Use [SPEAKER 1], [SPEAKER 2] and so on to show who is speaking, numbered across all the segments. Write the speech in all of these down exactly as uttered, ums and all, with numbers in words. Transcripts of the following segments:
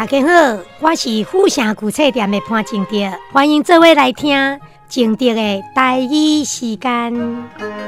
[SPEAKER 1] 家好，我是富城古册店的潘正德，欢迎各位来听正德的台语时间。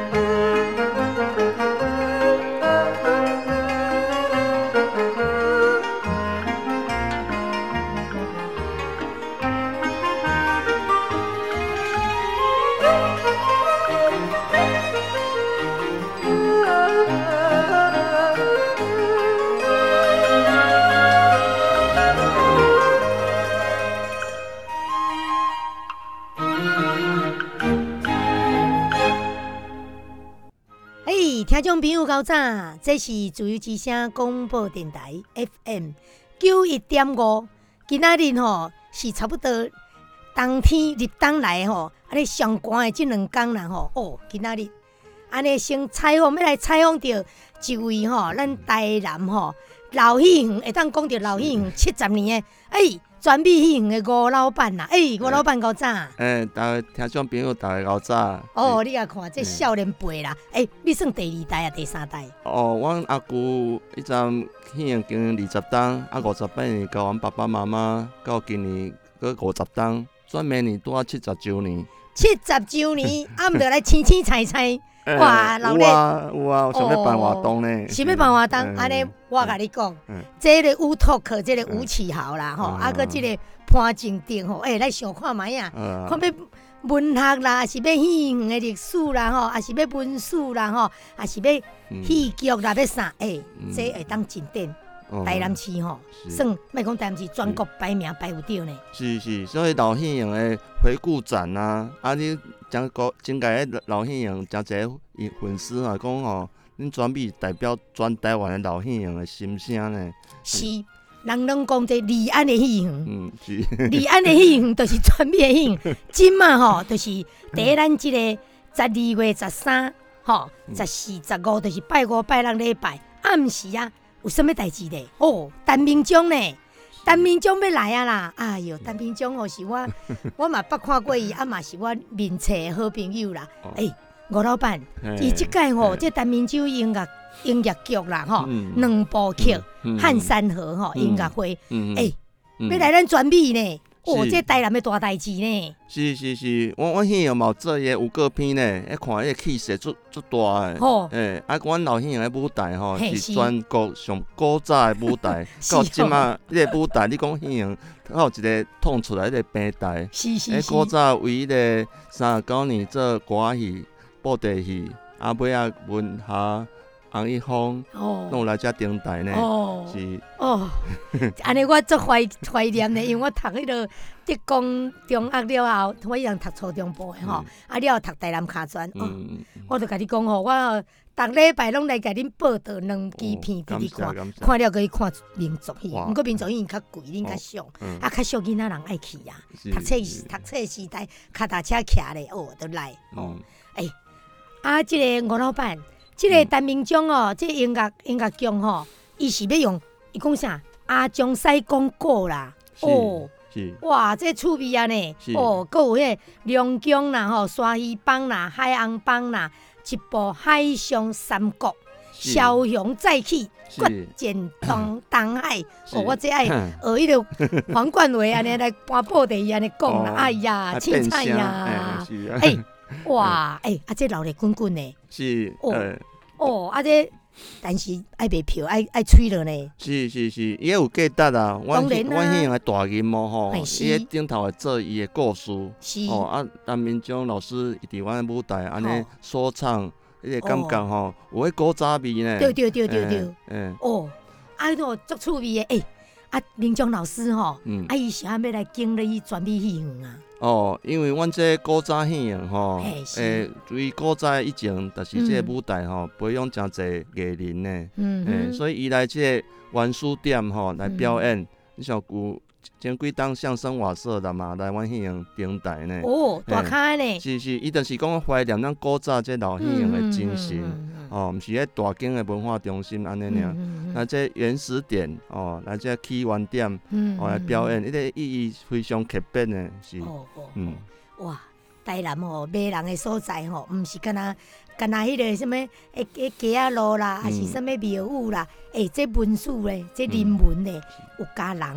[SPEAKER 1] 听众朋友，早早，这是自由之声广播电台 F M 九一点五。今仔日吼是差不多冬天入冬来吼，安尼上寒的这两天啦吼。哦，今仔日安尼先采访，要来采访到一位吼，咱台南吼老戏园，会当讲到老戏园七十年的，哎。全美戏园的吴老板啦，诶、欸，吴老板早早。
[SPEAKER 2] 诶、欸，大家听众朋友，大家早。
[SPEAKER 1] 哦，你啊看，这少年辈啦，诶、欸，你算第二代啊，第三代？
[SPEAKER 2] 哦，阮阿舅迄阵戏园经营二十档，啊五十八年，交阮爸爸妈妈，到今年搁五十档，转明年拄啊七十周年。
[SPEAKER 1] 七十周年，啊，毋着来青青菜菜。哇，老
[SPEAKER 2] 咧有啊有啊，想要办活动呢，
[SPEAKER 1] 想要办活动，安尼我甲你讲，这个吴拓克，这个吴启豪啦，吼，啊个这个潘正德吼，诶，来想看卖啊，看要文学啦，还是要戏园的历史啦，吼，还是要文史啦，吼，还是要戏剧啦，要啥？诶，这会当进展。台南市吼，算莫讲台南市，全国排名排有着呢。
[SPEAKER 2] 是是，所以老戏园的回顾展啊，啊你讲个真届的老戏园，真侪粉丝啊讲吼，恁全美代表全台湾的老戏园的心声呢。
[SPEAKER 1] 是，人拢讲这离安的戏园，
[SPEAKER 2] 嗯是，
[SPEAKER 1] 离安的戏园就是全美的戏园。今嘛吼，就是第一咱即个十二月十三，吼，十四、十五，就是拜五、拜六礼拜暗时啊。有啥物代志咧？哦，陈明忠呢？陈明忠要来啊啦！哎哟，陈明忠吼是我，我嘛捌看过伊，啊嘛是我面册的好朋友啦。诶、欸，吴老板，伊即届吼，这陈明忠音乐音乐剧啦吼，两部曲《汉山河》吼音乐会，诶、欸，要来咱全美呢。哦，这台南的大代志呢？
[SPEAKER 2] 是是是，我我戏园嘛有做伊有歌片呢，一看迄个气势足足大诶。
[SPEAKER 1] 哦，
[SPEAKER 2] 诶，啊，阮老戏园的舞台吼是全国上古早的舞台，到即马迄个舞台，你讲戏园，还有一个捅出来迄个平台。
[SPEAKER 1] 是是是。
[SPEAKER 2] 迄古早为迄个三十九年做歌戏、布袋戏，啊尾啊文学。洪一峰，哦，拢有来遮顶台呢，哦，是，
[SPEAKER 1] 哦，安尼我足怀怀念呢，因为我读迄个德工中学了后，我以前读初中部的吼，啊了后读台南卡专，哦，我就甲你讲吼，我逐礼拜拢来甲恁报道两支片俾你看，看了可以看民族戏，毋过民族戏较贵，恁较俗，啊较俗囡仔人爱去啊，读册读册时代，脚踏车徛咧，哦，都来，哦，诶，啊，即个吴老板。即个陈明忠哦，即、这个、音乐音乐剧吼，伊是要用伊讲啥？阿江西讲古啦，哦，是哇，这趣味啊呢，哦，搁有迄龙江啦、吼沙鱼帮啦、海昂帮啦，一部《海上三国》，枭雄再起，决战东东海。哦，我最爱学迄个黄冠维安尼来搬布袋伊安尼讲啦，哎呀，凊彩呀，哎，哇，哎，啊，这老力滚滚呢，
[SPEAKER 2] 是，
[SPEAKER 1] 哦。哦，啊这，但是爱卖票，爱爱吹落呢。
[SPEAKER 2] 是是是，伊有价值啊。
[SPEAKER 1] 当然啦。
[SPEAKER 2] 阮迄样的大银幕吼，伊喺顶头会做伊的故事。是。哦啊，陈明忠老师伫阮的舞台安尼所唱，迄个感觉吼，有迄古早味呢。
[SPEAKER 1] 对对对对对。嗯。哦，啊，迄种足趣味的，诶，啊，明忠老师吼，啊，伊是安要来经历全美戏园啊。
[SPEAKER 2] 哦，因为阮这古早戏园吼，诶，为古早以前，就是这个舞台吼，培养真侪艺人呢，诶，所以伊来这个原书店吼来表演，你像有前几档相声话说啦嘛，来阮戏园顶台呢。
[SPEAKER 1] 哦，大咖呢。
[SPEAKER 2] 是是，伊就是讲怀念咱古早这老戏园的精神，哦，毋是迄大间的文化中心安尼尔，来这原始点哦，来这起源点，哦来表演，迄个意义非常特别呢，是。哦哦，嗯，哇，
[SPEAKER 1] 台南吼迷人的所在吼，毋是干那干那迄个什么诶诶街仔路啦，还是什么庙宇啦，诶，这文史咧，这人文咧，有家人。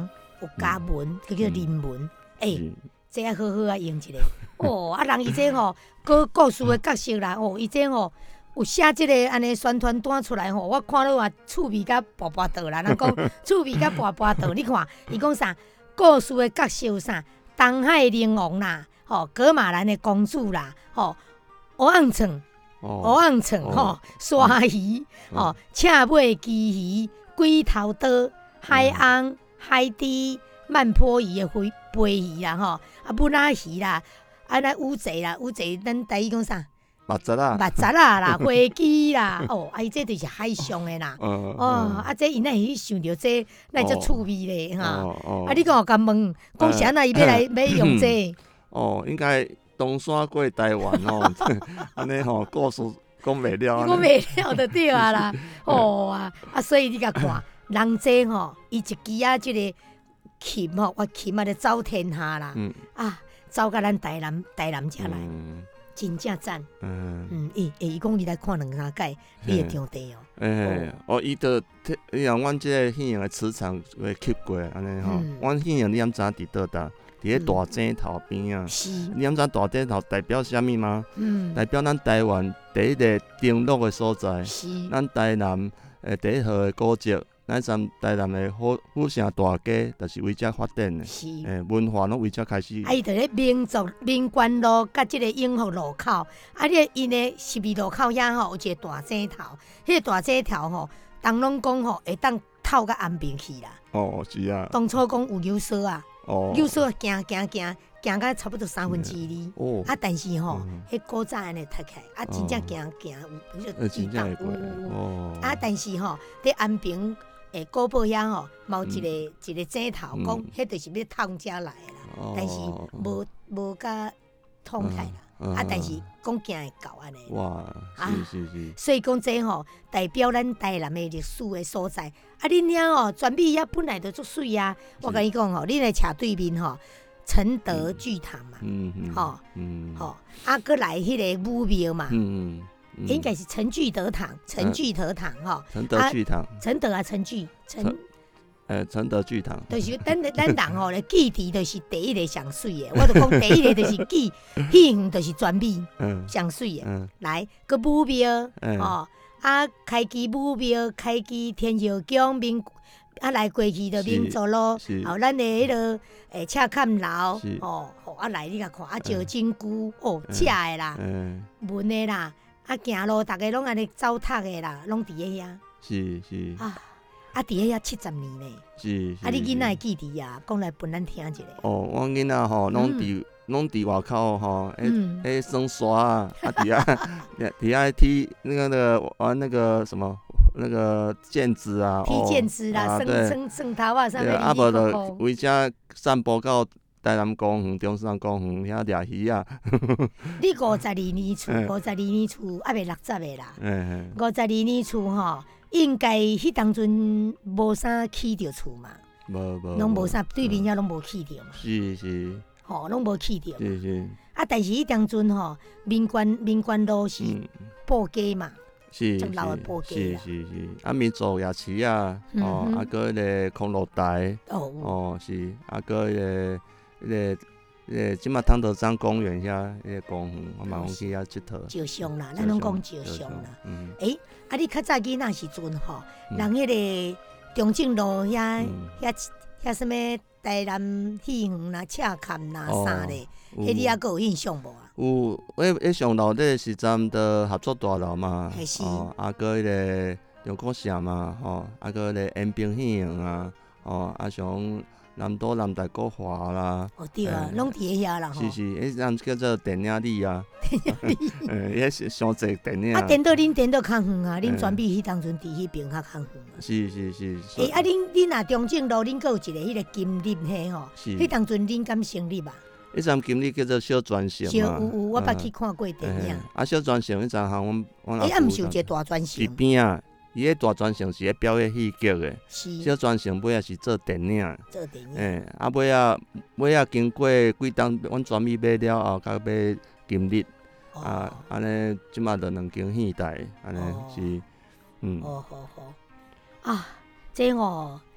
[SPEAKER 1] 有加文，叫做人文。诶，这啊好好啊用一下。哦，啊人伊这吼，个故事的角色啦，哦，伊这吼。有写即个安尼宣传单出来吼，我看到啊趣味甲跋跋倒啦。人讲趣味甲跋跋倒，你看伊讲啥？故事的角色有啥？东海龙王啦，吼，噶玛兰的公主啦，吼，乌昂床，乌昂床吼，鲨鱼，吼，赤尾旗鱼，龟头刀，海翁，海猪，曼波鱼的飞飞鱼啦，吼，啊母仔鱼啦，啊那乌贼啦，乌贼咱台语讲啥？
[SPEAKER 2] 目杂啊，
[SPEAKER 1] 目杂啊啦，飞机啦，哦，啊，伊这就是海上的啦，哦，啊，这伊哪会去想到这，那叫趣味咧哈？啊，你讲我甲问，讲啥那伊要来要用这？
[SPEAKER 2] 哦，应该东山过台湾哦，安尼吼，故事讲袂了，
[SPEAKER 1] 讲袂了就对啊啦，哦啊，啊，所以你甲看，人这吼，伊一支啊，即个琴吼，我琴啊，就走天下啦，啊，走到咱台南台南遮来。真正赞，嗯嗯，伊会伊讲伊来看两三届，你会场地哦。
[SPEAKER 2] 诶，哦，伊着，伊像阮即个戏院的磁场会吸过安尼吼。阮戏院你敢知影伫倒搭？伫迄大井头边啊。是。你敢知大井头代表啥物吗？嗯。代表咱台湾第一个登陆的所在。是。咱台南诶第一号的古迹。咱站台南的虎虎城大街，就是为遮发展的，诶，文化拢为遮开始。
[SPEAKER 1] 啊，伊伫咧民族民权路甲即个永福路口，啊，你因的十二路口遐吼有一个大井头，迄个大井头吼，人拢讲吼会当透到安平去啦。
[SPEAKER 2] 哦，是啊。
[SPEAKER 1] 当初讲有牛车啊，牛车行行行行到差不多三分之二。哦。啊，但是吼，迄古早安尼拆开，啊，真正行行有有
[SPEAKER 2] 真正会过。
[SPEAKER 1] 哦。啊，但是吼，伫安平。诶，古堡遐吼，某一个、嗯、一个井头，讲迄就是要通遮来的啦，哦、但是无无甲通起来啦，嗯、啊，但是讲行会到安尼。哇，是是是。所以讲这吼，代表咱台南的历史的所在。啊，恁遐吼，全美遐本来就足水啊。我甲你讲吼，恁来斜对面吼，承德剧堂嘛，嗯嗯，吼，嗯，吼，啊，搁来迄个武庙嘛，嗯嗯。应该是陈聚德堂，陈聚德堂哈，
[SPEAKER 2] 陈德剧堂，
[SPEAKER 1] 陈德啊，陈聚，陈，
[SPEAKER 2] 呃，陈德剧堂，
[SPEAKER 1] 就是咱咱人吼咧，记忆就是第一个上水的，我就讲第一个就是记，戏园就是全美上水的，来个武庙，哦，啊，开基武庙，开基天后宫民，啊来过去就民族路，后咱的迄个诶赤坎楼，哦，啊来你甲看，啊石金菇，哦，赤的啦，文的啦。啊，行路大家拢安尼走读的啦，拢伫迄遐。是是。啊啊，伫迄遐七十年呢。是。啊，你囡仔会记伫啊？讲来分咱听一下。
[SPEAKER 2] 哦，我囡仔吼，拢伫拢伫外口吼，迄迄耍沙啊，啊伫遐伫遐踢那个那个玩那个什么那个毽子啊，
[SPEAKER 1] 踢毽子啦，升升升头啊，啥物。
[SPEAKER 2] 啊，无就为遮散步到。台南公园、中山公园遐掠鱼啊！
[SPEAKER 1] 你五十二年厝，五十二年厝还袂六十个啦。五十二年厝吼，应该迄当阵无啥起着厝嘛。无无。拢无啥，对面遐拢无起着嘛。是是。吼，拢无起着。是是。啊，但是迄当阵吼，民权民权路是布街嘛。是是是是。
[SPEAKER 2] 啊，民族夜市啊，哦，啊，搁迄个康乐台。哦。哦，是，啊，搁迄个。迄个、迄个，即马汤德章公园遐，迄个公园，我嘛拢去遐佚佗。
[SPEAKER 1] 石上啦，咱拢讲石上啦。嗯。诶，啊，你较早囡仔时阵吼，人迄个中正路遐、遐、遐什物台南戏园啦、赤坎啦啥咧，迄你还佫有印象无啊？
[SPEAKER 2] 有，迄迄上楼底是咱的合作大楼嘛，哦，啊，佫迄个中国城嘛，吼，啊，佫迄个延平戏园啊，哦，啊像。南都南大国华啦，
[SPEAKER 1] 哦对啊，拢伫遐啦吼。
[SPEAKER 2] 是是，迄咱叫做电影里啊。电影里。诶，迄是上济电影。
[SPEAKER 1] 啊，电到恁电到较远啊，恁全比迄当阵伫迄边较较远啊。
[SPEAKER 2] 是是是。
[SPEAKER 1] 诶，啊，恁恁若中正路，恁佫有一个迄个金立迄吼。是。迄当阵恁敢成立啊？
[SPEAKER 2] 迄站金立叫做小专线嘛。
[SPEAKER 1] 小有有，我捌去看过电影。
[SPEAKER 2] 啊，小专线迄站哈，阮
[SPEAKER 1] 阮老。诶，啊，毋是有一个大专线。
[SPEAKER 2] 伫边啊。伊迄大专线是咧表演戏剧的，小专线尾仔是做电影。做电影。诶，啊尾仔尾仔经过几档，阮全美买了后，甲买金立，啊安尼即马就两间戏台，安尼是，嗯。
[SPEAKER 1] 好好好。啊，这哦，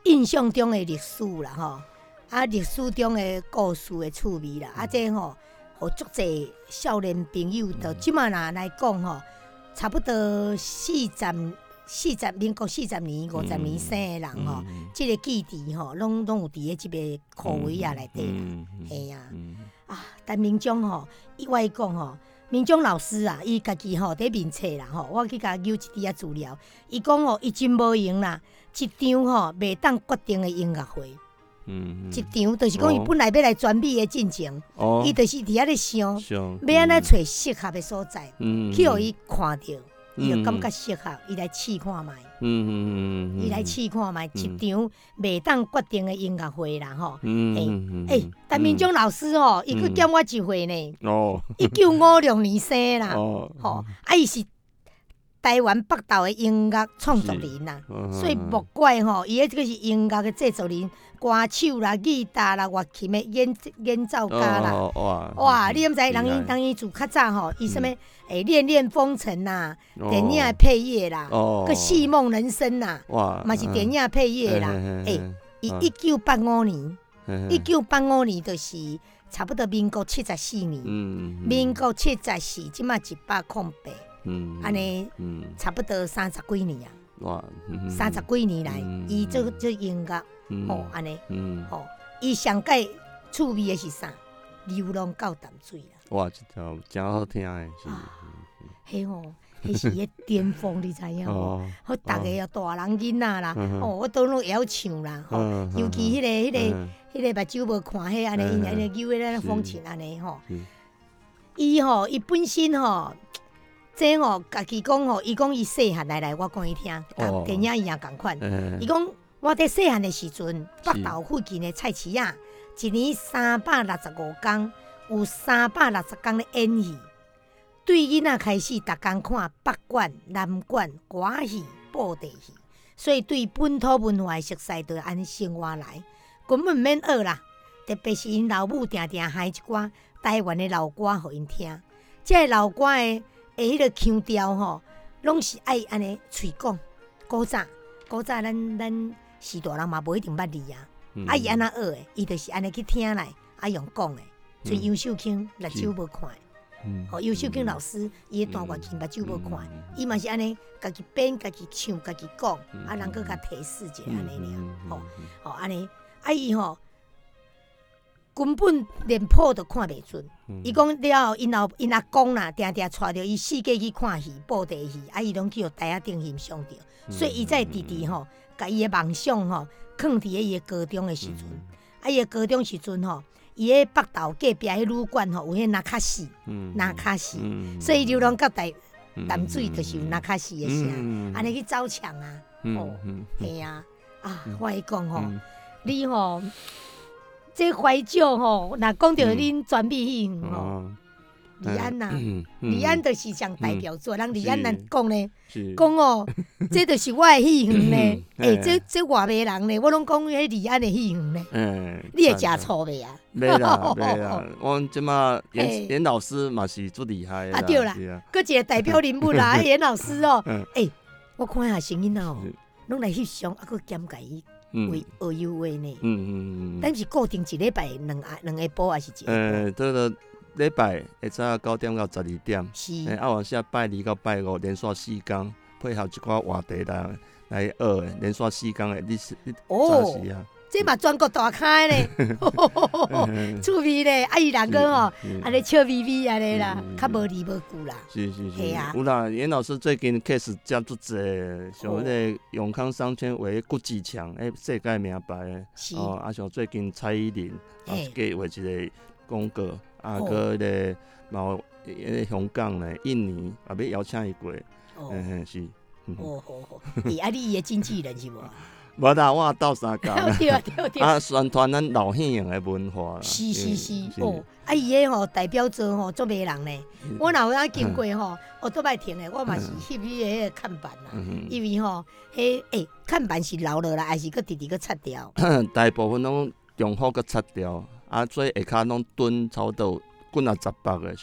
[SPEAKER 1] 印象中的历史啦吼，啊历史中的故事的趣味啦，啊这吼，互足侪少年朋友到即马若来讲吼，差不多四十。四十民国四十年、五十年生的人吼，即、嗯、个记忆吼，拢拢有伫咧即个课位啊内底啦，嘿啊，啊，但民众吼，伊我讲吼，民众老师啊，伊家己吼伫面册啦吼，我去甲伊揪一啲啊资料，伊讲吼，伊真无用啦，一场吼袂当决定的音乐会。嗯，一场就是讲，伊本来要来转美的进程，伊、哦、就是伫遐咧想，想要安怎找适合的所在，嗯、去互伊看到。伊就感觉适合，伊来试看觅。嗯嗯嗯伊来试看觅一场袂当决定的音乐会啦吼。嗯嗯诶，但民众老师吼，伊佫减我一岁呢。哦。一九五六年生啦。哦。吼，啊，伊是台湾北投的音乐创作人啦，所以莫怪吼，伊迄个是音乐的制作人。歌手啦、吉他啦、乐器的演演奏家啦，哦、哇！哇！你毋知人伊人伊自较早吼，伊什么诶《恋恋风尘》呐，电影的配乐啦，哦，个《戏梦人生》呐，哇，嘛是电影配乐啦。诶，伊一九八五年，一九八五年就是差不多民国七十四年，嗯，民国七十四，即马一百空八，嗯，安尼，嗯，差不多三十几年啊，哇，三十几年来，伊做做音乐。吼，安尼，吼，伊上界趣味的是啥？流浪到淡水啦。
[SPEAKER 2] 哇，这条真好听的，是。
[SPEAKER 1] 迄吼，迄是迄巅峰，你知影无？好，逐个啊大人囡仔啦，哦，我都拢会晓唱啦，吼。尤其迄个、迄个、迄个目睭无看，迄安尼，安尼扭的那风情安尼吼。伊吼，伊本身吼，这吼，家己讲吼，伊讲伊细汉来来，我讲伊听，甲电影一样共款。伊讲。我伫细汉的时阵，北投附近的菜市啊，一年三百六十五天，有三百六十天的演戏。对囡仔开始，逐工看北管、南管、歌戏、布袋戏，所以对本土文化的熟悉就安尼生活来，根本毋免学啦。特别是因老母定定嗨一寡台湾的老歌互因听，这老歌的诶迄个腔调吼，拢是爱安尼喙讲。古早，古早咱咱。是大人嘛，无一定捌字啊。啊，伊安怎学的？伊就是安尼去听来，啊用讲的。所以尤秀卿目睭无看的，哦，尤秀卿老师伊的弹乐器目睭无看的，伊嘛是安尼，家己编、家己唱、家己讲，啊，人佫甲提示者安尼尔，吼，吼安尼，啊伊吼根本连谱都看袂准。伊讲了后，因老因阿公啦，定定带着伊四界去看戏、布袋戏，啊，伊拢去互台仔顶欣赏着，所以伊才直直吼。甲伊的梦想吼，放伫咧伊的高中的时阵，嗯、啊，伊的高中时阵吼，伊喺北投隔壁迄旅馆吼，有迄那卡西，那卡西，所以流浪到台淡水就是有那卡西的声，安尼、嗯、去走墙啊，哦，系啊，啊，我来讲吼，嗯、你吼，这怀旧吼，若讲到恁转美戏园吼。嗯李安呐，李安就是上代表作，人李安咱讲呢，讲哦，这就是我的戏园呢。诶，这这外面人呢，我拢讲迄李安的戏园呢。嗯，你会食醋未啊？
[SPEAKER 2] 袂啦，袂啦，阮即马严严老师嘛是足厉害的。
[SPEAKER 1] 啊对啦，搁一个代表人物啦，严老师哦。诶，我看下声音哦，拢来翕相，啊，搁兼甲伊为学优话呢。嗯嗯嗯。咱是固定一礼拜两下两下播还是一？
[SPEAKER 2] 呃，这个。礼拜会早九点到十二点，诶，啊，往下拜二到拜五连续四天，配合一寡话题来来学诶，连续四天诶，你是你早时啊？
[SPEAKER 1] 这嘛全国大开咧，趣味咧，啊伊人个吼，安尼笑眯眯安尼啦，较无离无久啦。
[SPEAKER 2] 是是是，啊，有啦，严老师最近 case 接足济，像迄个永康商圈为郭志强，诶，世界名牌诶，哦，啊像最近蔡依林，啊，计划一个广告。啊，搁迄个嘛有迄个香港咧、印尼也要邀请伊过，嗯嗯是。
[SPEAKER 1] 哦好好，伊啊你伊的经纪人是无？
[SPEAKER 2] 无啦，我斗相共。
[SPEAKER 1] 对对对。
[SPEAKER 2] 啊，宣传咱老戏院的文化啦。
[SPEAKER 1] 是是是，哦，啊伊个吼代表作吼足迷人咧。我若有啊经过吼，我都歹停诶，我嘛是翕伊个迄个看板啦，因为吼，迄诶看板是留落来，还是搁直直搁擦掉？
[SPEAKER 2] 大部分拢重复搁擦掉。啊，所以下骹拢蹲差不多几啊十百个，上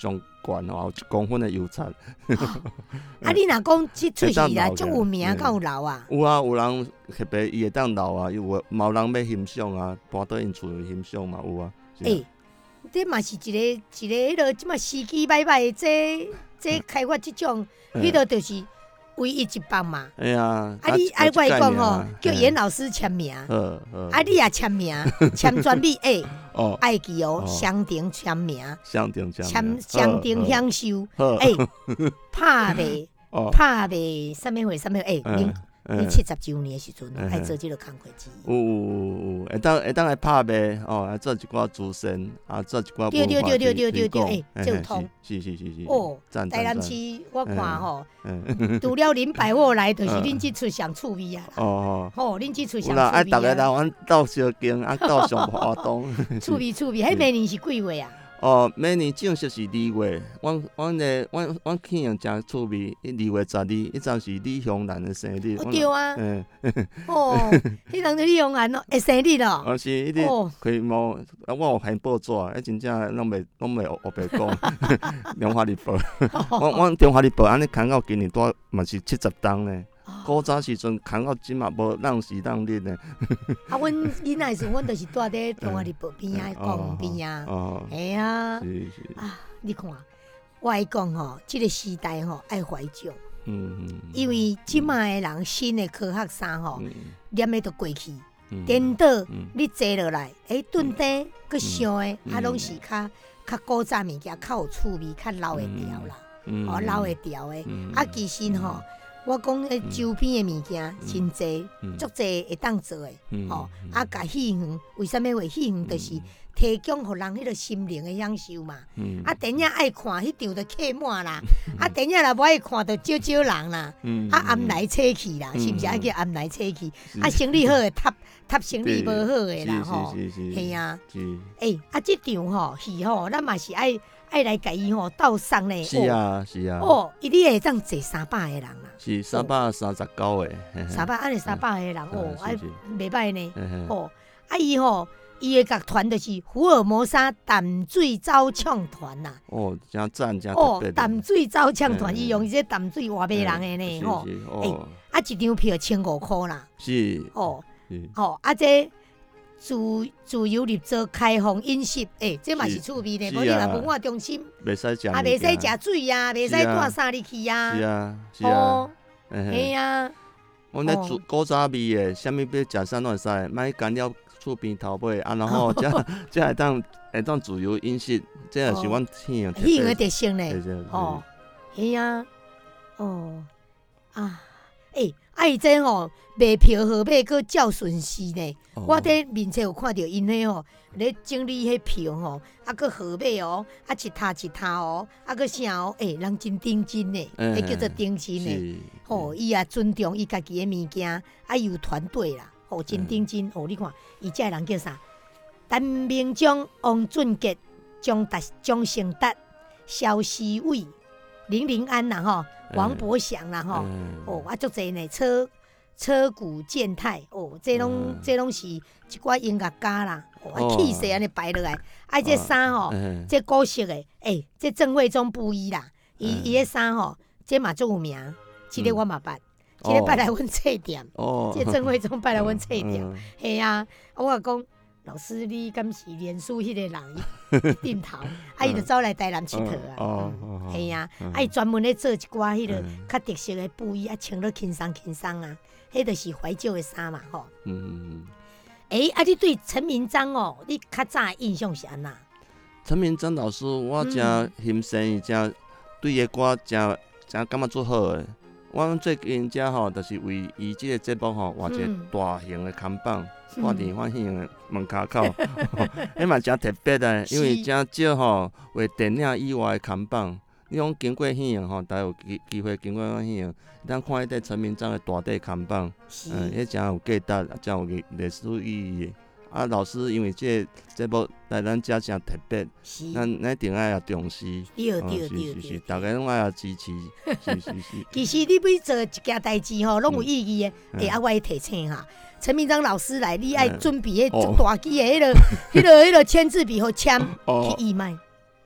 [SPEAKER 2] 悬哦，有一公分的油漆。
[SPEAKER 1] 啊，你若讲即出戏啦，足有名，敢有留啊？
[SPEAKER 2] 有啊，有人特别伊会当留啊，有嘛有人要欣赏啊，搬到因厝欣赏嘛有啊。
[SPEAKER 1] 诶，这嘛是一个一个迄落即嘛司机歹歹的，这这开发即种，迄落就是唯一一棒嘛。
[SPEAKER 2] 哎呀，
[SPEAKER 1] 啊你啊我会讲吼，叫严老师签名，啊你也签名，签专利诶，爱记哦，相庭签名，
[SPEAKER 2] 相庭签
[SPEAKER 1] 签相庭享受，诶，拍卖拍卖啥物货啥物诶，你七十周年的时阵，爱做即个工课之一。
[SPEAKER 2] 有有有，会当会当来拍卖哦，来做一寡主持啊，做一寡文化
[SPEAKER 1] 对对对对对对对，
[SPEAKER 2] 诶，
[SPEAKER 1] 这有通。
[SPEAKER 2] 是是是是。
[SPEAKER 1] 哦，台南市我看吼，除了恁百货来，就是恁即出上趣味啊。
[SPEAKER 2] 哦
[SPEAKER 1] 吼，恁即出上趣味啊。
[SPEAKER 2] 有啦，爱逐个来阮斗相敬，啊斗上活动。
[SPEAKER 1] 趣味趣味，迄明年是几月啊？
[SPEAKER 2] 哦，明年正式是二月，阮阮个阮阮庆阳真趣味，二月十二，迄阵是李香兰的生日。
[SPEAKER 1] 对啊。嗯。哦，迄阵是李香兰咯，会生日咯。
[SPEAKER 2] 哦，是，迄个开幕，我有还报纸，迄真正拢袂拢袂黑白讲。中华日报，阮阮中华日报安尼扛到今年多嘛是七十档呢。古早时阵扛到即嘛无当时当日呢。
[SPEAKER 1] 啊，阮囡仔时，阮就是住伫中华日报边啊，公边啊，系啊。是是。啊，你看，我爱讲吼，即个时代吼爱怀旧。嗯嗯。因为即卖的人新的科学衫吼，念的都过去，颠倒你坐落来，诶，顿底佮烧的，啊，拢是较较古早物件，较有趣味，较老会调啦，哦，老会调的。啊，其实吼。我讲迄周边的物件真济，足济会当做的，吼，啊，甲戏园为什么会戏园？就是提供互人迄个心灵的享受嘛。啊，电影爱看，迄场就客满啦。啊，电影若无爱看，就少少人啦。啊，暗来扯去啦，是毋是爱叫暗来扯去？啊，生理好的搭搭生理无好的啦，吼，系啊。诶，啊，即场吼戏吼，咱嘛是爱。爱来甲伊吼斗送呢，
[SPEAKER 2] 是啊是啊。
[SPEAKER 1] 哦，伊你会当坐三百个人啦，
[SPEAKER 2] 是三百三十九个，
[SPEAKER 1] 三百安尼三百个人哦，哎，袂歹呢。哦，啊伊吼，伊的乐团就是福尔摩沙淡水走唱团呐。
[SPEAKER 2] 哦，真赞真特别。
[SPEAKER 1] 哦，淡水走唱团，伊用伊这淡水话骂人的呢，吼。哎，啊一张票千五箍啦。
[SPEAKER 2] 是。
[SPEAKER 1] 哦。哦，啊这。自自由入座开放饮食，诶，这嘛是趣味呢。无你若文化中心，
[SPEAKER 2] 袂使食，
[SPEAKER 1] 啊，袂使食水啊，袂使带衫入去啊。
[SPEAKER 2] 是啊，是啊，
[SPEAKER 1] 嘿啊。
[SPEAKER 2] 阮咧煮古早味的，啥物要食啥拢会使，莫干了厝边头尾啊，然后这这会当会当自由饮食，这也是阮庆阳
[SPEAKER 1] 庆阳的特色呢。哦，嘿啊，哦，啊，诶。啊，伊这吼卖票号码佫照顺序呢。哦、我伫面册有看到因迄吼咧整理迄票吼，啊佫号码哦，啊一沓一沓哦，啊佫啥哦，诶、欸，人真认真呢，迄、欸、叫做认真呢。吼，伊也尊重伊家己的物件，啊有团队啦，吼真认真。吼、嗯，你看，伊这人叫啥？陈明忠、王俊杰、张达、张成达、肖思伟、林林安啦，吼。王伯祥啦吼，嗯、哦，啊足济呢，车车谷健太，哦，这拢、嗯、这拢是一寡音乐家啦，哦，啊气势安尼摆落来，啊这衫吼，嗯、这古色的，诶、欸，这郑慧忠不一啦，伊伊个衫吼，这嘛足有名，即、嗯、个我嘛捌，即、嗯、个摆来阮册店，哦，这郑慧忠摆来阮册店，系、嗯、啊，我讲。老师，你敢是脸书迄个人顶头，啊，伊就走来台南佚佗啊，系啊，啊，伊专门咧做一寡迄个较特色的布衣，啊，穿落轻松轻松啊，迄就是怀旧的衫嘛，吼。嗯。诶，啊，你对陈明章哦，你较早印象是安那？
[SPEAKER 2] 陈明章老师，我真欣赏伊，真对伊歌真真感觉足好诶。我最近遮吼，就是为伊即个节目吼，画一个大型的看板。挂伫阮迄个门骹口，迄嘛真特别的，因为真少吼为电影以外的看板。你讲经过戏院吼，大家有机机会经过阮戏院，咱看迄块陈明章的大块看板，嗯，迄真有价值，真有历史意义。啊，老师因为这节目来咱遮真特别，咱咱一定爱要重视。
[SPEAKER 1] 对对对
[SPEAKER 2] 对，大家拢爱要支持。是是是。
[SPEAKER 1] 其实你要做一件代志吼，拢有意义的。诶，啊，我会提醒哈，陈明章老师来，你爱准备迄足大支的迄个、迄个、迄个签字笔和签去义卖。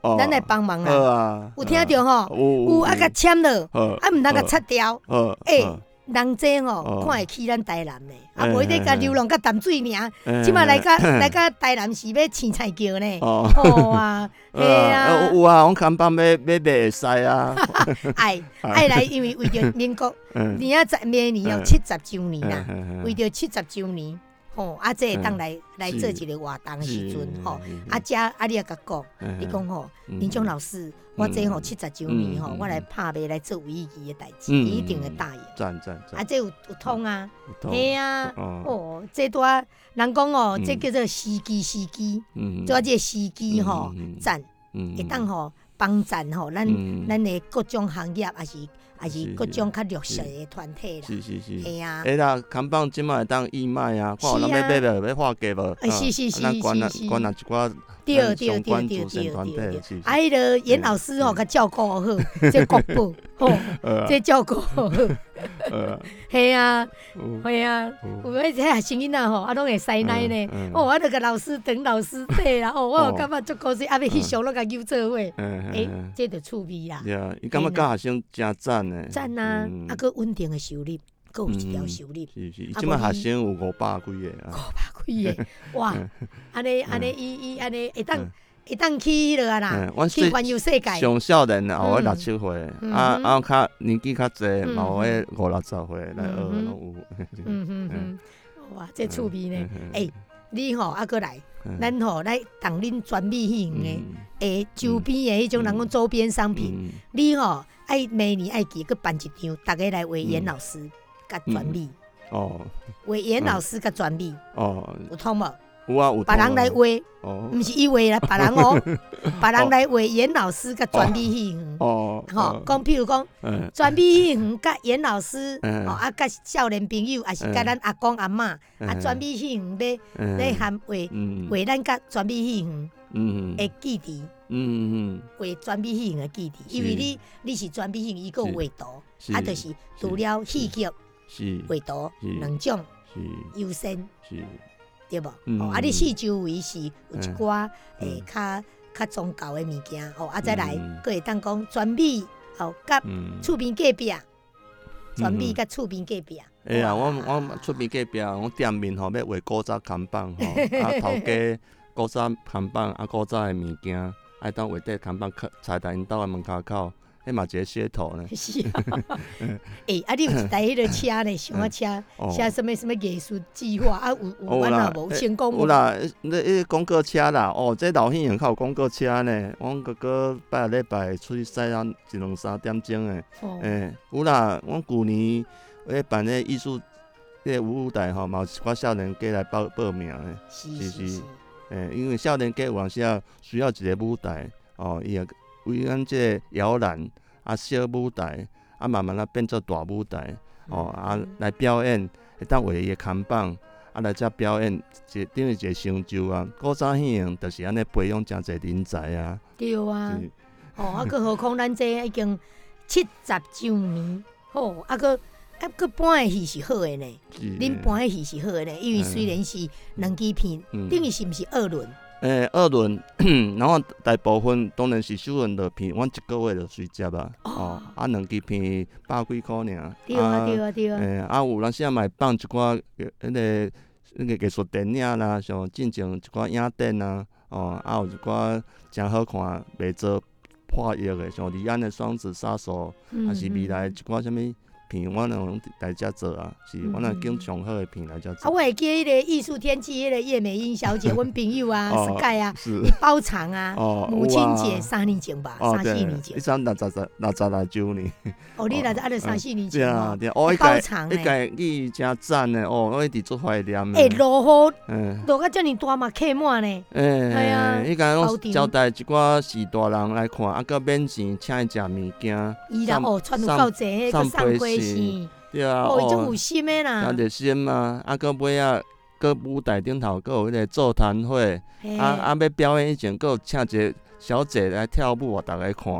[SPEAKER 1] 咱来帮忙
[SPEAKER 2] 啦。好啊，
[SPEAKER 1] 有听着吼？有啊，甲签落，啊，毋通甲擦掉。诶。人这吼，看会起咱台南的，啊，无一定甲流浪甲淡水尔，即马来甲来甲台南是要青菜桥呢。哦啊，嘿啊，
[SPEAKER 2] 有啊，阮看板要要卖会使啊。
[SPEAKER 1] 爱爱来，因为为着民国年仔十明年要七十周年啦，为着七十周年。吼，啊，这会当来来做一个活动的时阵，吼，啊，遮啊，你也甲讲，你讲吼，林忠老师，我这吼七十周年吼，我来拍卖来做有意义的代志，伊一定会答应。
[SPEAKER 2] 赞赞赞！
[SPEAKER 1] 啊，这有有通啊，嘿啊，哦，这多人讲哦，这叫做时机时机，做这时机吼，赞，会当吼帮赞吼，咱咱的各种行业也是。也是各种较弱势的团体啦，
[SPEAKER 2] 是是是，
[SPEAKER 1] 系啊，
[SPEAKER 2] 哎啦，看板即摆会当义卖啊，看有人要买无，要划价无？
[SPEAKER 1] 是是是是是，
[SPEAKER 2] 管啊一寡
[SPEAKER 1] 对对对对对对对，啊，迄个严老师吼，甲照顾好，这国宝吼，这照顾好，系啊，系啊，有迄些生囡仔吼，啊，拢会使奶呢，哦，我著甲老师等老师底啦，哦，我感觉足高兴，啊，要翕相拢甲揪做伙，哎，这著趣味啦。
[SPEAKER 2] 对啊，伊感觉教学生真赞呢。
[SPEAKER 1] 赞啊，啊，佮稳定的收入，佮有一条收入。
[SPEAKER 2] 是是，即摆学生有五百几个啊。
[SPEAKER 1] 五百几个，哇！安尼安尼，伊伊安尼会当会当去迄落啊啦，去环游世界。
[SPEAKER 2] 上少年啊，有六七岁，啊啊，较年纪较侪，嘛有迄五六十岁来学拢有。
[SPEAKER 1] 嗯嗯嗯，哇，这趣味呢！诶，你吼啊，佮来，咱吼来当恁专美型的诶周边的迄种人讲周边商品，你吼爱每年爱记，佮办一场，大家来为严老师甲专美。哦，为严老师甲专美。哦，有通无？
[SPEAKER 2] 有啊有。
[SPEAKER 1] 别人来画，毋是伊画啦，别人哦，别人来画严老师甲专美戏园。哦，吼，讲譬如讲，专美戏园甲严老师，哦啊，甲少年朋友，也是甲咱阿公阿嬷，啊，专美戏园要要含画画咱甲专美戏园的记忆。嗯嗯，画专美戏园的记忆，因为你你是专美戏园，伊个有画图，啊，就是除了戏剧、画图两种优先。对无？哦，啊，你四周围是有一寡诶，较较宗教的物件，哦，啊，再来，佫会当讲全美，哦，甲厝边隔壁，全美甲厝边隔壁。
[SPEAKER 2] 哎呀，我我厝边隔壁，我店面吼要画古早看板吼，啊，头家古早看板啊，古早的物件，爱当画底看板，插在因兜的门口口。迄嘛一个噱头呢。
[SPEAKER 1] 是啊，诶，啊，你有一台迄个车呢，想啊车，写什么什么艺术计划啊？有有完啊无？成功无？
[SPEAKER 2] 有啦，那迄广告车啦，哦，这老戏院较有广告车呢。阮哥哥拜个礼拜出去驶啊，一两三点钟诶。诶，有啦，阮旧年咧办咧艺术，迄个舞台吼，嘛有一寡少年家来报报名诶。
[SPEAKER 1] 是是是。
[SPEAKER 2] 诶，因为少年家有阵时啊需要一个舞台，哦，伊也。为咱这摇篮啊，小舞台啊，慢慢啊变做大舞台哦啊，来表演，会当画伊个看板啊，来遮表演，一等于一个成就啊。古早戏院就是安尼培养真侪人才啊。
[SPEAKER 1] 对啊，哦，啊，佮何况咱这已经七十周年，吼，啊，佮啊，佮搬的戏是好的呢。恁搬的戏是好的呢，因为虽然是两支片，等于是毋是二轮？
[SPEAKER 2] 诶、欸，二轮，然后大部分当然是首轮落片，阮一个月就随接啊。哦，啊，两支片百几箍尔。
[SPEAKER 1] 对啊，对啊，对啊。
[SPEAKER 2] 诶、欸，啊，有阵时嘛会放一寡迄个迄个艺术电影啦，像进前一寡影展啊，哦，啊，有一寡真好看，袂做破译的，像李安的《双子杀手》，还是未来一寡啥物片，我拢来遮做啊，是我若拣上好的片来遮做。
[SPEAKER 1] 啊，我会记迄个艺术天气，迄个叶美英小姐，阮朋友啊，Sky 啊，伊包场啊，母亲节三年前吧，三四年前。
[SPEAKER 2] 你三六十十六十来周年。
[SPEAKER 1] 哦，你六十啊，就三四年前。
[SPEAKER 2] 对啊，对啊，哦，
[SPEAKER 1] 包场诶，
[SPEAKER 2] 迄个你真赞诶，哦，我一直做怀念诶。
[SPEAKER 1] 诶，落雨，落到遮尔大嘛，客满呢。
[SPEAKER 2] 诶，系啊，伊甲拢招待一寡士大人来看，啊，佮免钱请伊食物件。
[SPEAKER 1] 伊啦，哦，穿有够济，迄个送花。
[SPEAKER 2] 对啊，
[SPEAKER 1] 哦，伊种有心的啦，
[SPEAKER 2] 有热心嘛，啊，搁尾啊，搁舞台顶头搁有迄个座谈会，啊啊，要表演以前，搁有请一个小姐来跳舞，互大家看。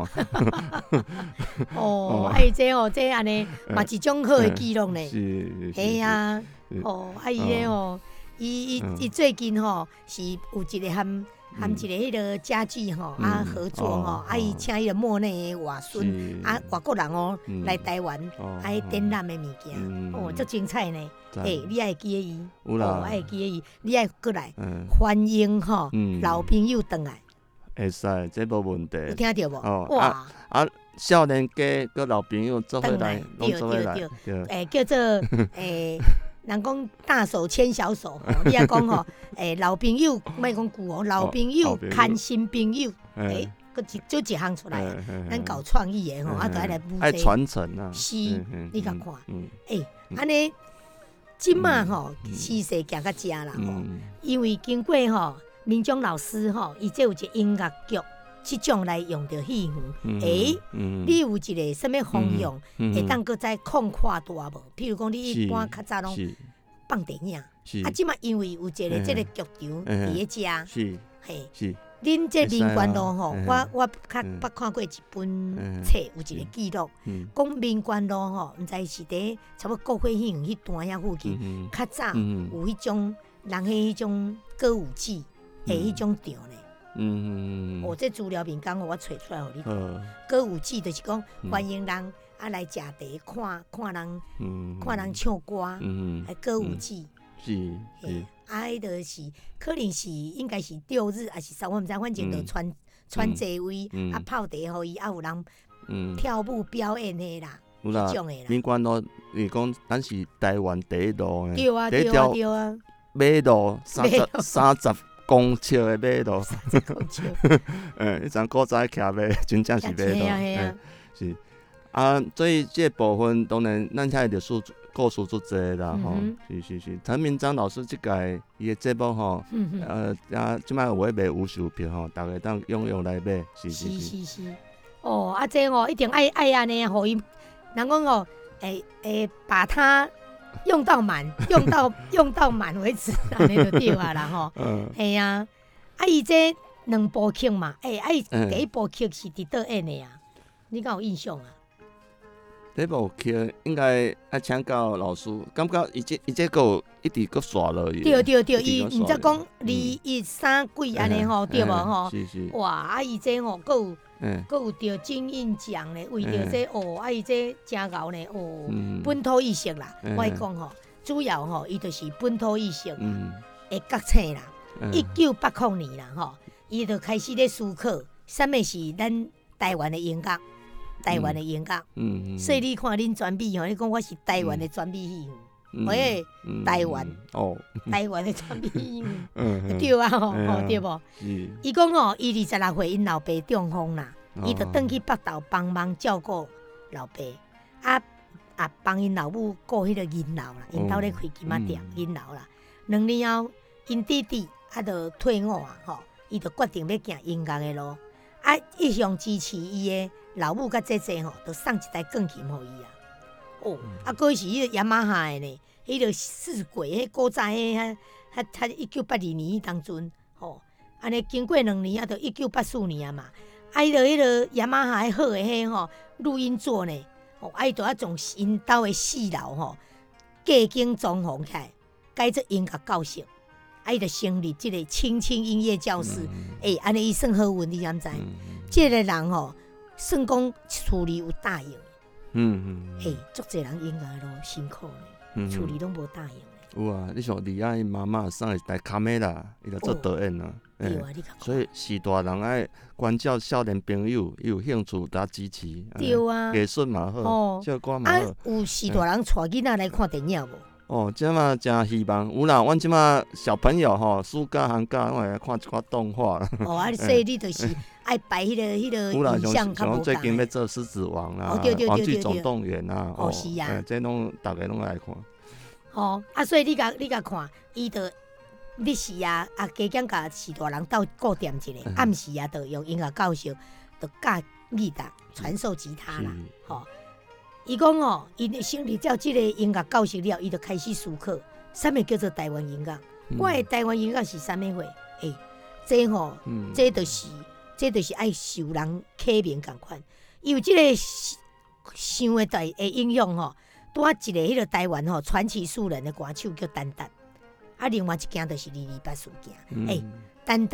[SPEAKER 1] 哦，哎，这哦，这安尼嘛一种好的记录呢。
[SPEAKER 2] 是是。
[SPEAKER 1] 系啊，哦，啊伊咧吼，伊伊伊最近吼是有一个含含一个迄个家具吼啊合作吼，啊伊请迄个莫内的外孙啊外国人哦来台湾，啊迄展览的物件，哦，足精彩呢。诶，你爱记得伊，哦，爱记得伊，你爱过来欢迎吼老朋友回来。
[SPEAKER 2] 会使，这无问题。
[SPEAKER 1] 有听到无？
[SPEAKER 2] 哦，哇啊！少年家佮老朋友做伙来，拢做伙来，
[SPEAKER 1] 诶，叫做诶。人讲大手牵小手，你也讲吼，诶，老朋友莫讲旧哦，老朋友牵新朋友，诶，佮一做一项出来，咱搞创意的吼，啊，就爱来补
[SPEAKER 2] 爱传承啊。
[SPEAKER 1] 是，你甲看，诶，安尼，即马吼，时势行到遮啦吼，因为经过吼，民众老师吼，伊这有一个音乐剧。即种来用着戏园，诶，你有一个什么方向，会当搁再扩扩大无？譬如讲，你一般较早拢放电影，啊，即马因为有一个即个剧场伫咧遮，嘿，恁这民权路吼，我我较捌看过一本册，有一个记录，讲民权路吼，毋知是伫差不多国会戏园迄段遐附近，较早有迄种人迄迄种歌舞伎诶迄种场咧。嗯，我这资料面讲，我找出来互你看。歌舞伎就是讲欢迎人啊来食茶，看看人，看人唱歌，还歌舞伎。
[SPEAKER 2] 是是。
[SPEAKER 1] 啊，迄个是可能是应该是六日，还是啥，我毋知，反正就穿穿座位，啊泡茶互伊，啊有人跳舞表演的啦，迄种的啦。
[SPEAKER 2] 民权路，你讲咱是台湾第一路的，
[SPEAKER 1] 对啊对啊对啊。
[SPEAKER 2] 马路三十三十。公尺的马路，嗯，迄阵古早骑马，真正是马路，嗯，是啊，所以这部分当然咱遐着数故事足侪啦，吼，是是是。陈明章老师即届伊的节目吼，呃，啊，即摆有咧卖无售票吼，大家当踊跃来买，是是
[SPEAKER 1] 是是。哦，啊，这哦一定爱爱安尼，互伊，人讲哦，诶诶，把它。用到满，用到用到满为止，安尼就对啊啦吼。系啊，啊伊这两部曲嘛，诶，啊伊第一部曲是伫倒演的啊？你敢有印象啊？
[SPEAKER 2] 第一部曲应该爱请教老师，感觉伊这伊这个一直搁刷落去。
[SPEAKER 1] 对对对，伊毋则讲二一三几安尼吼，对无吼？
[SPEAKER 2] 是是。
[SPEAKER 1] 哇，啊伊这吼，搁有。嗯，佫有着金印奖咧，为着这哦，啊伊这真牛咧哦，本土意识啦，我讲吼，主要吼，伊就是本土意识的国策啦。一九八零年啦吼，伊就开始咧思考，什么是咱台湾的音乐，台湾的音乐。嗯嗯。所以你看恁专辑吼，你讲我是台湾的专辑戏院，喂，台湾哦，台湾的专辑戏院，对啊吼，对无？伊讲吼，伊二十六岁，因老爸中风啦，伊就转去北投帮忙照顾老爸，啊啊帮因老母顾迄个银楼啦，因兜咧开金仔店银楼啦。两年后，因弟弟啊就退伍啊，吼，伊就决定要行音乐的路，啊一向支持伊的老母甲姐姐吼，就送一台钢琴互伊啊。哦，啊，佫是迄个雅马哈的呢，迄个四轨，迄古早迄遐遐遐一九八二年当阵，吼，安尼经过两年啊，就一九八四年啊嘛，啊，伊就迄个雅马哈好的迄吼录音座呢，吼，啊，伊就啊从因兜的四楼吼，价景装潢起来，改做音乐教室，啊，伊就成立即个青青音乐教室，诶、嗯，安尼伊算好运，你敢知？即、嗯、个人吼，算讲处理有答应。嗯嗯，嘿，足侪人应该咯辛苦呢，处理拢无答应呢。
[SPEAKER 2] 有啊，你像李爱妈妈送一台卡梅拉，伊就做导演啊。
[SPEAKER 1] 对啊，你
[SPEAKER 2] 所以是大人爱关照少年朋友，有兴趣搭支持。
[SPEAKER 1] 对啊，
[SPEAKER 2] 艺术嘛好，唱歌嘛好。
[SPEAKER 1] 啊，有是大人带囡仔来看电影无？
[SPEAKER 2] 哦，即马真希望有啦，阮即马小朋友吼，暑假寒假我来看一寡动画。
[SPEAKER 1] 哦，啊，所以你就是爱摆迄个迄个影像较无共。
[SPEAKER 2] 最近要做《狮子王》啦，《玩具总动员》啦，
[SPEAKER 1] 哦是啊，
[SPEAKER 2] 这拢大家拢爱看。
[SPEAKER 1] 哦，啊，所以你甲你甲看，伊就日时啊，啊加减甲是大人斗顾店一个，暗时啊，就用音乐教室，就教吉他，传授吉他啦，吼。伊讲哦，伊成立照即个音乐教室了，伊就开始思考，啥物叫做台湾音乐？嗯、我的台湾音乐是啥物货？诶、欸，这吼、個，嗯、这就是，这就是爱受人启蒙共款。因为即个想的台的影响吼，拄啊一个迄个台湾吼传奇素人的歌手叫丹丹，啊，另外一件就是二二八事件。诶、嗯，丹丹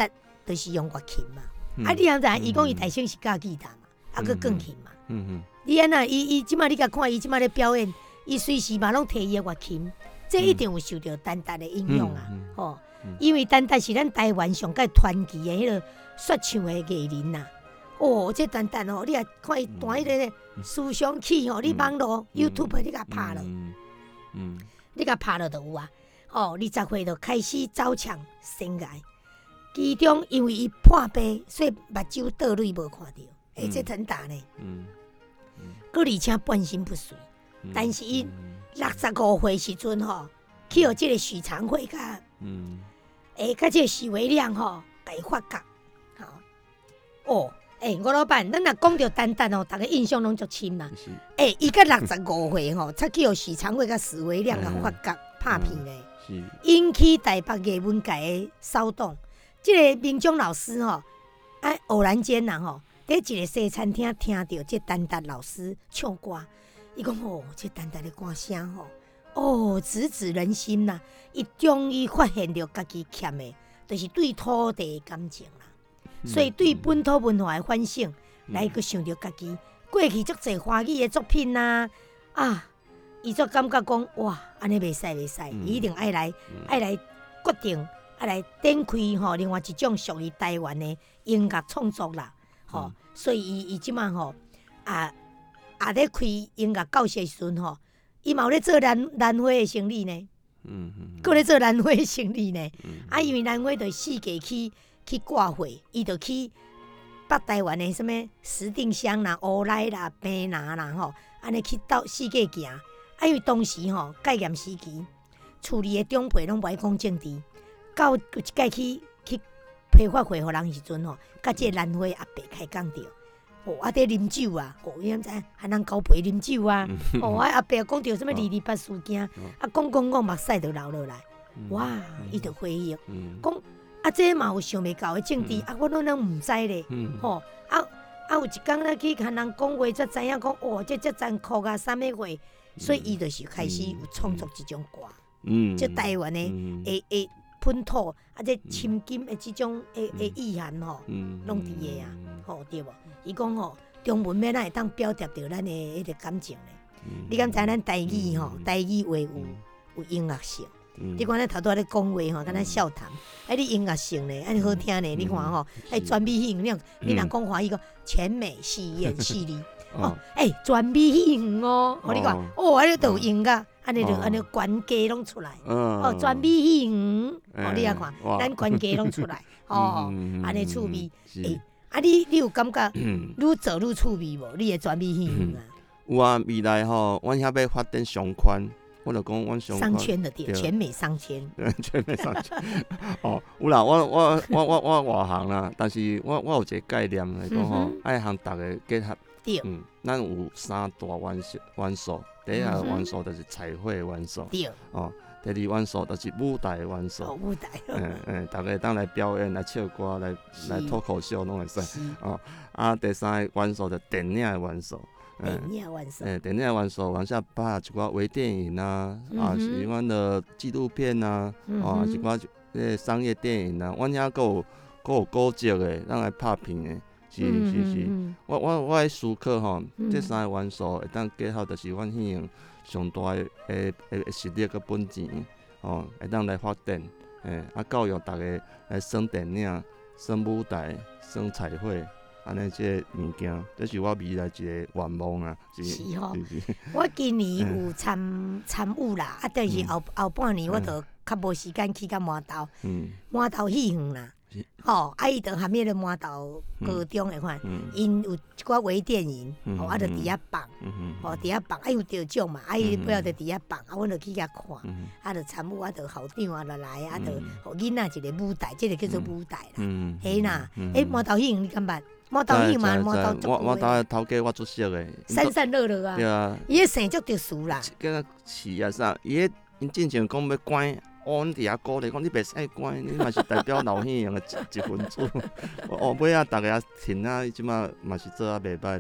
[SPEAKER 1] 就是用乐琴嘛。嗯、啊，你晓知？伊讲伊台声是教吉他嘛，啊，佮钢琴嘛。嗯嗯。你安那伊伊即马你甲看伊即马咧表演，伊随时嘛拢摕伊的乐琴，这一定有受到丹丹的影响啊，嗯嗯、吼。嗯、因为丹丹是咱台湾上界传奇的迄个说唱的艺人呐。哦，这丹丹哦，你也看伊弹迄个思想曲吼，你网络 YouTube 你甲拍了，嗯，嗯你甲拍了就有啊。哦，二十岁就开始走唱生涯，其中因为伊破病，所以目睭倒泪无看到，哎，这很大呢。嗯，佮而且半身不遂，但是伊六十五岁时阵吼，去互即个许长惠甲，嗯，诶，甲即个许维亮吼，甲伊发觉，吼，哦。诶、欸，吴老板，咱若讲到丹丹哦，大家印象拢足深啦。诶、欸，伊甲六十五岁吼，才去互许长惠甲史维亮啊发觉拍片咧，引起台北艺文界的骚动。即、這个明忠老师吼，啊，偶然间呐吼，伫一个西餐厅听到即丹丹老师唱歌，伊讲哦，即丹丹的歌声吼，哦，直指人心呐、啊。伊终于发现着家己欠的，就是对土地的感情啦。所以对本土文化的反省，嗯、来去想着家己过去足侪华语的作品呐、啊，啊，伊就感觉讲哇，安尼袂使袂使，伊、嗯、一定爱来爱、嗯、来决定，爱来展开吼另外一种属于台湾的音乐创作啦，吼、嗯，所以伊伊即满吼啊啊咧开音乐教室的时阵吼，伊嘛有咧做兰兰花的生意呢，嗯嗯，搁咧做兰花的生意呢，嗯、啊，因为兰花就四界去。去挂会，伊就去北台湾的什么石碇乡啦、乌来啦、平南啦吼，安尼去到四界行。啊，因为当时吼戒严时期，厝里的长辈拢不爱讲政治，到有一届去去批发会互人时阵吼，甲即个兰花阿伯开讲着，哦，啊伫啉酒啊，哦，你知还能交陪啉酒啊，哦，啊阿伯讲着什么二二八事件，啊讲讲讲目屎就流落来，哇，伊就回忆讲。啊，这嘛有想袂到的政治，嗯、啊，我拢拢毋知咧，嗯、吼，啊啊，有一工咧去甲人讲话，才知影讲，哦，这这残酷啊，啥物话，所以伊就是开始有创作即种歌，嗯，即台湾的诶诶本土啊，这深金的即种诶诶意涵吼，拢伫个啊，吼对无？伊讲吼，中文要哪会当表达着咱的迄个感情咧？嗯、你敢知咱台语吼，台语话有有音乐性。嗯、你看咱头拄仔咧讲话吼，敢若笑谈，哎，你音乐性咧，哎，好听咧，嗯、你看吼，哎，全美戏院，你若讲华语个全美戏院系列，哦，哎，全美戏院哦，哦，你看，哦，安尼都有音乐，安尼就安尼全家拢出来，哦，全美戏院，哦，你啊看，咱全家拢出来，哦，安尼趣味，哎，啊，你你有感觉愈做愈趣味无？你的全美戏院啊？
[SPEAKER 2] 有啊，未来吼，阮遐要发展上宽。我就讲，阮上
[SPEAKER 1] 商圈的店，全美商圈，
[SPEAKER 2] 对，全美商圈。哦，有啦，我我我我我外行啦，但是我我有一个概念来讲吼，爱向大家结合。
[SPEAKER 1] 对。
[SPEAKER 2] 嗯，咱有三大元素，元素，第一个元素就是彩绘元素。
[SPEAKER 1] 对。
[SPEAKER 2] 哦，第二元素就是舞台元素。
[SPEAKER 1] 哦，舞台。
[SPEAKER 2] 嗯嗯，大家当来表演、来唱歌、来来脱口秀拢会使。哦，啊，第三个元素就是电影的元素。
[SPEAKER 1] 电影元素，
[SPEAKER 2] 诶，电影元素往下拍一寡微电影啊，嗯、啊是阮的纪录片啊，嗯、啊是一寡诶商业电影啊，阮遐阁有阁有古迹诶，咱来拍片诶，是是是，嗯、我我我喺思考吼，嗯、这三个元素会当结合，就是阮希望上大诶诶诶实力个本钱，哦，会当来发展，诶，啊教育大家来耍电影、耍舞台、耍彩绘。安尼即个物件，这是我未来一个愿望啊。
[SPEAKER 1] 是吼，我今年有参参与啦，啊，但是后后半年我就较无时间去甲麻豆，麻豆戏园啦。吼，啊，伊就含迄个麻豆高中的款，因有一寡微电影，吼，啊，就伫遐放，吼，伫遐放，啊，有得奖嘛，啊，伊不要就伫遐放，啊，阮就去遐看，啊，就参与，啊，就校长啊，就来，啊，就互囡仔一个舞台，即个叫做舞台啦，嘿啦，诶，麻豆戏园你敢捌？麻豆戏嘛，麻豆足
[SPEAKER 2] 我我头头家我足熟诶，
[SPEAKER 1] 散散乐乐啊，
[SPEAKER 2] 对啊，
[SPEAKER 1] 伊个生足特殊啦，
[SPEAKER 2] 个市啊啥，伊个因之前讲要关。哦，阮伫遐鼓励讲，你袂使关，你嘛是代表老戏院的一一份子。哦，尾仔大家听啊，即马嘛是做啊袂歹啦。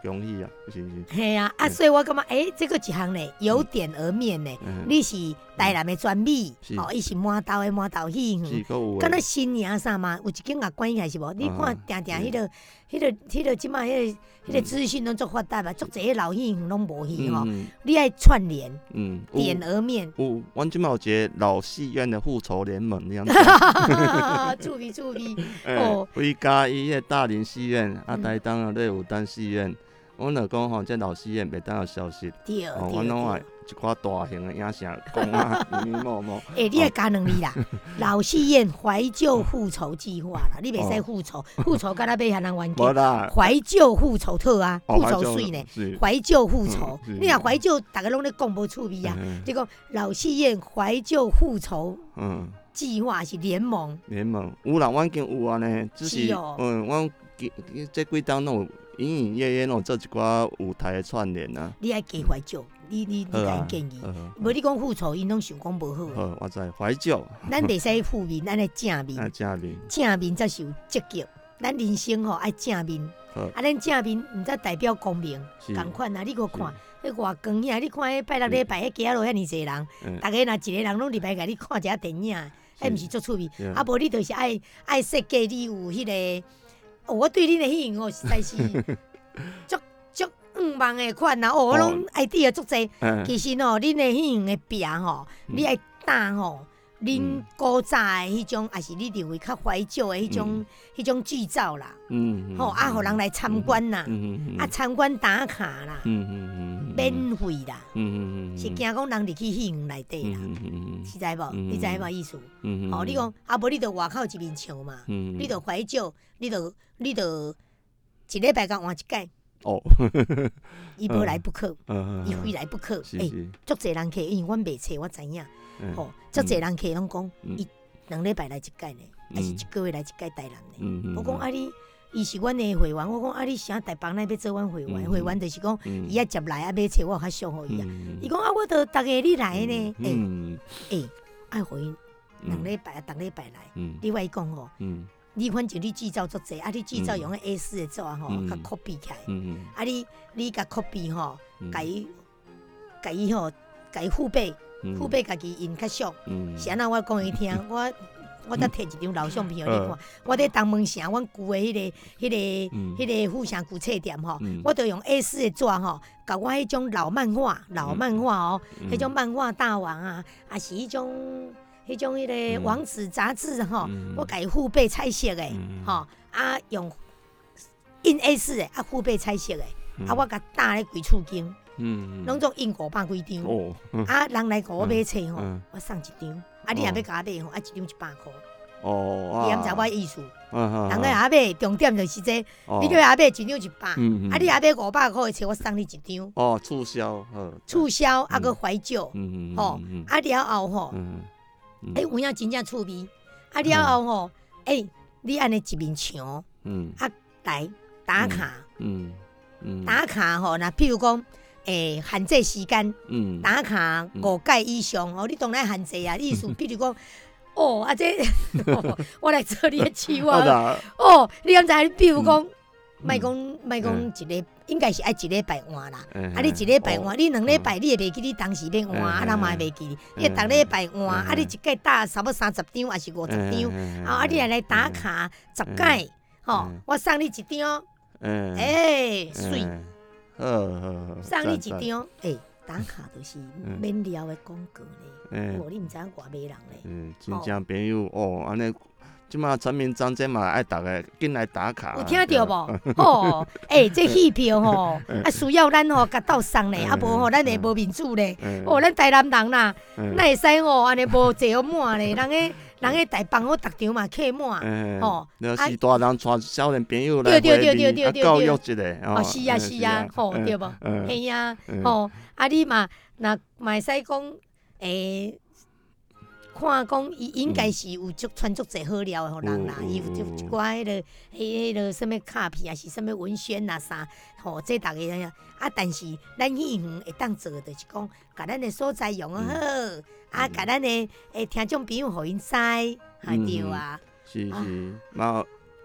[SPEAKER 2] 恭喜啊，是是。
[SPEAKER 1] 系啊，啊，所以我感觉，诶，这个一项呢，由点而面呢，你是台南的专米，哦，伊是满豆的满豆喜园，敢若新娘啥嘛，有一间也关起来是无？你看定定迄个、迄个、迄个，即摆迄个、迄个资讯拢足发达嘛，足侪老戏园拢无去吼，你爱串联，点而面。
[SPEAKER 2] 有，阮即摆有一个老戏院的复仇联盟这样子。
[SPEAKER 1] 注意注意，
[SPEAKER 2] 哦，为嘉义迄大林戏院，啊，台东啊，咧有丹戏院。阮就讲吼，这老戏院袂当有消息，
[SPEAKER 1] 对
[SPEAKER 2] 哦，阮拢爱一寡大型的影城讲啊，密密麻麻。
[SPEAKER 1] 诶，你爱加两字啦，老戏院怀旧复仇计划啦，你袂使复仇，复仇敢若要向人冤家。无啦，怀旧复仇特啊，复仇水呢，怀旧复仇。你若怀旧，逐个拢咧讲无趣味啊。你讲老戏院怀旧复仇，嗯，计划是联盟。
[SPEAKER 2] 联盟有啦，阮经有啊呢，只是嗯，阮这几档拢有。隐隐约约拢做一寡舞台的串联啊！
[SPEAKER 1] 你爱加怀旧，你你你甲伊建议，无你讲复仇，因拢想讲无好。
[SPEAKER 2] 好，我知怀旧。
[SPEAKER 1] 咱袂使负面，咱爱正面。
[SPEAKER 2] 啊，正面。
[SPEAKER 1] 正面才是有积极。咱人生吼爱正面。啊，咱正面毋则代表光明，共款啊！你搁看，迄外光遐，你看迄拜六礼拜迄街仔路遐尼济人，逐个若一个人拢入来甲你看一下电影，迄毋是足趣味。啊，无你就是爱爱设计，你有迄个。哦，我对恁的戏哦，实在是足足五万的款呐！哦，我拢爱滴个足济。其实哦，恁的戏的壁吼，你爱搭吼，恁古早的迄种，也是你认为较怀旧的迄种、迄种剧照啦。嗯。吼，啊，互人来参观啦，啊，参观打卡啦，免费啦。嗯嗯嗯。是惊讲人入去戏院内底啦。嗯嗯嗯。实在无？你知无意思？嗯嗯。哦，你讲啊，无你着外口一面墙嘛，你着怀旧，你着。你着一礼拜甲换一届哦，伊无来不可，伊非来不可。诶，足侪人客，因为阮袂册，我知影。吼，足侪人客拢讲，伊两礼拜来一届呢，还是一个月来一届台南呢。我讲啊，你伊是阮的会员，我讲啊，你啥台北那要做阮会员？会员就是讲，伊爱接来啊买册，我较俗互伊啊。伊讲啊，我着逐个你来呢，诶诶，爱互伊两礼拜啊，逐礼拜来。另外讲吼。你反正你制造足济，啊！你制造用个 A 四 的纸吼，甲 copy 起来，啊！你你甲 copy 吼，甲伊甲伊吼，甲伊复配，复配家己印较俗。是安那我讲伊听，我我再摕一张老相片互你看。我伫东门城，阮旧的迄个、迄个、迄个富城旧册店吼，我着用 A 四 的纸吼，甲我迄种老漫画、老漫画哦，迄种漫画大王啊，也是迄种。迄种迄个王子杂志吼，我甲伊复配彩色的，吼啊用印 A 四 的，啊复配彩色的，啊我甲搭咧几厝间，拢总印五百几张，啊人来甲我买册吼，我送一张，啊你若要甲我买吼，啊一张一百箍，哦，你毋知我意思？人个也买，重点就是这，你叫也买一张一百，啊你也买五百箍的册，我送你一张。
[SPEAKER 2] 哦，促销，
[SPEAKER 1] 促销啊个怀旧，吼啊了后吼。哎，有影真正趣味，啊了后吼，哎，你安尼一面墙，嗯，啊来打卡，嗯嗯，打卡吼，那譬如讲，诶，限制时间，嗯，打卡五届以上，哦，你当然限制啊，意思譬如讲，哦，啊这，我来做你的企划，哦，你敢知？譬如讲。莫讲莫讲一个，应该是爱一礼拜换啦。啊，你一礼拜换，你两礼拜你也袂记你当时要换，啊，人嘛会袂记。你逐礼拜换，啊，你一届打差不多三十张还是五十张，啊，你来来打卡十届，吼，我送你一张，诶，水，送你一张，诶，打卡都是免了的广告咧。哦，你毋知影偌买人咧。
[SPEAKER 2] 嗯，真正朋友哦，安尼。即马陈明章这嘛爱大家紧来打卡，
[SPEAKER 1] 有听到无？吼，诶，这戏票吼，啊需要咱吼甲斗送咧，啊无吼咱会无面子咧。哦，咱台南人啦，哪会使吼安尼无坐好满咧？人个人个台帮好逐场嘛客满，吼。
[SPEAKER 2] 那是大人带少年朋友来会面，啊教育一下。
[SPEAKER 1] 哦，是啊是啊，吼对无？嘿啊，吼，啊你嘛若嘛会使讲诶。看讲伊应该是有足传足侪好料的互人啦，伊有一一寡迄个、迄、迄个什物卡片，还是什物文宣啦啥，吼，这逐个呀。啊，但是咱戏园会当做，就是讲，甲咱的所在用好，啊，甲咱的诶听众朋友互因知，系对啊。
[SPEAKER 2] 是是，嘛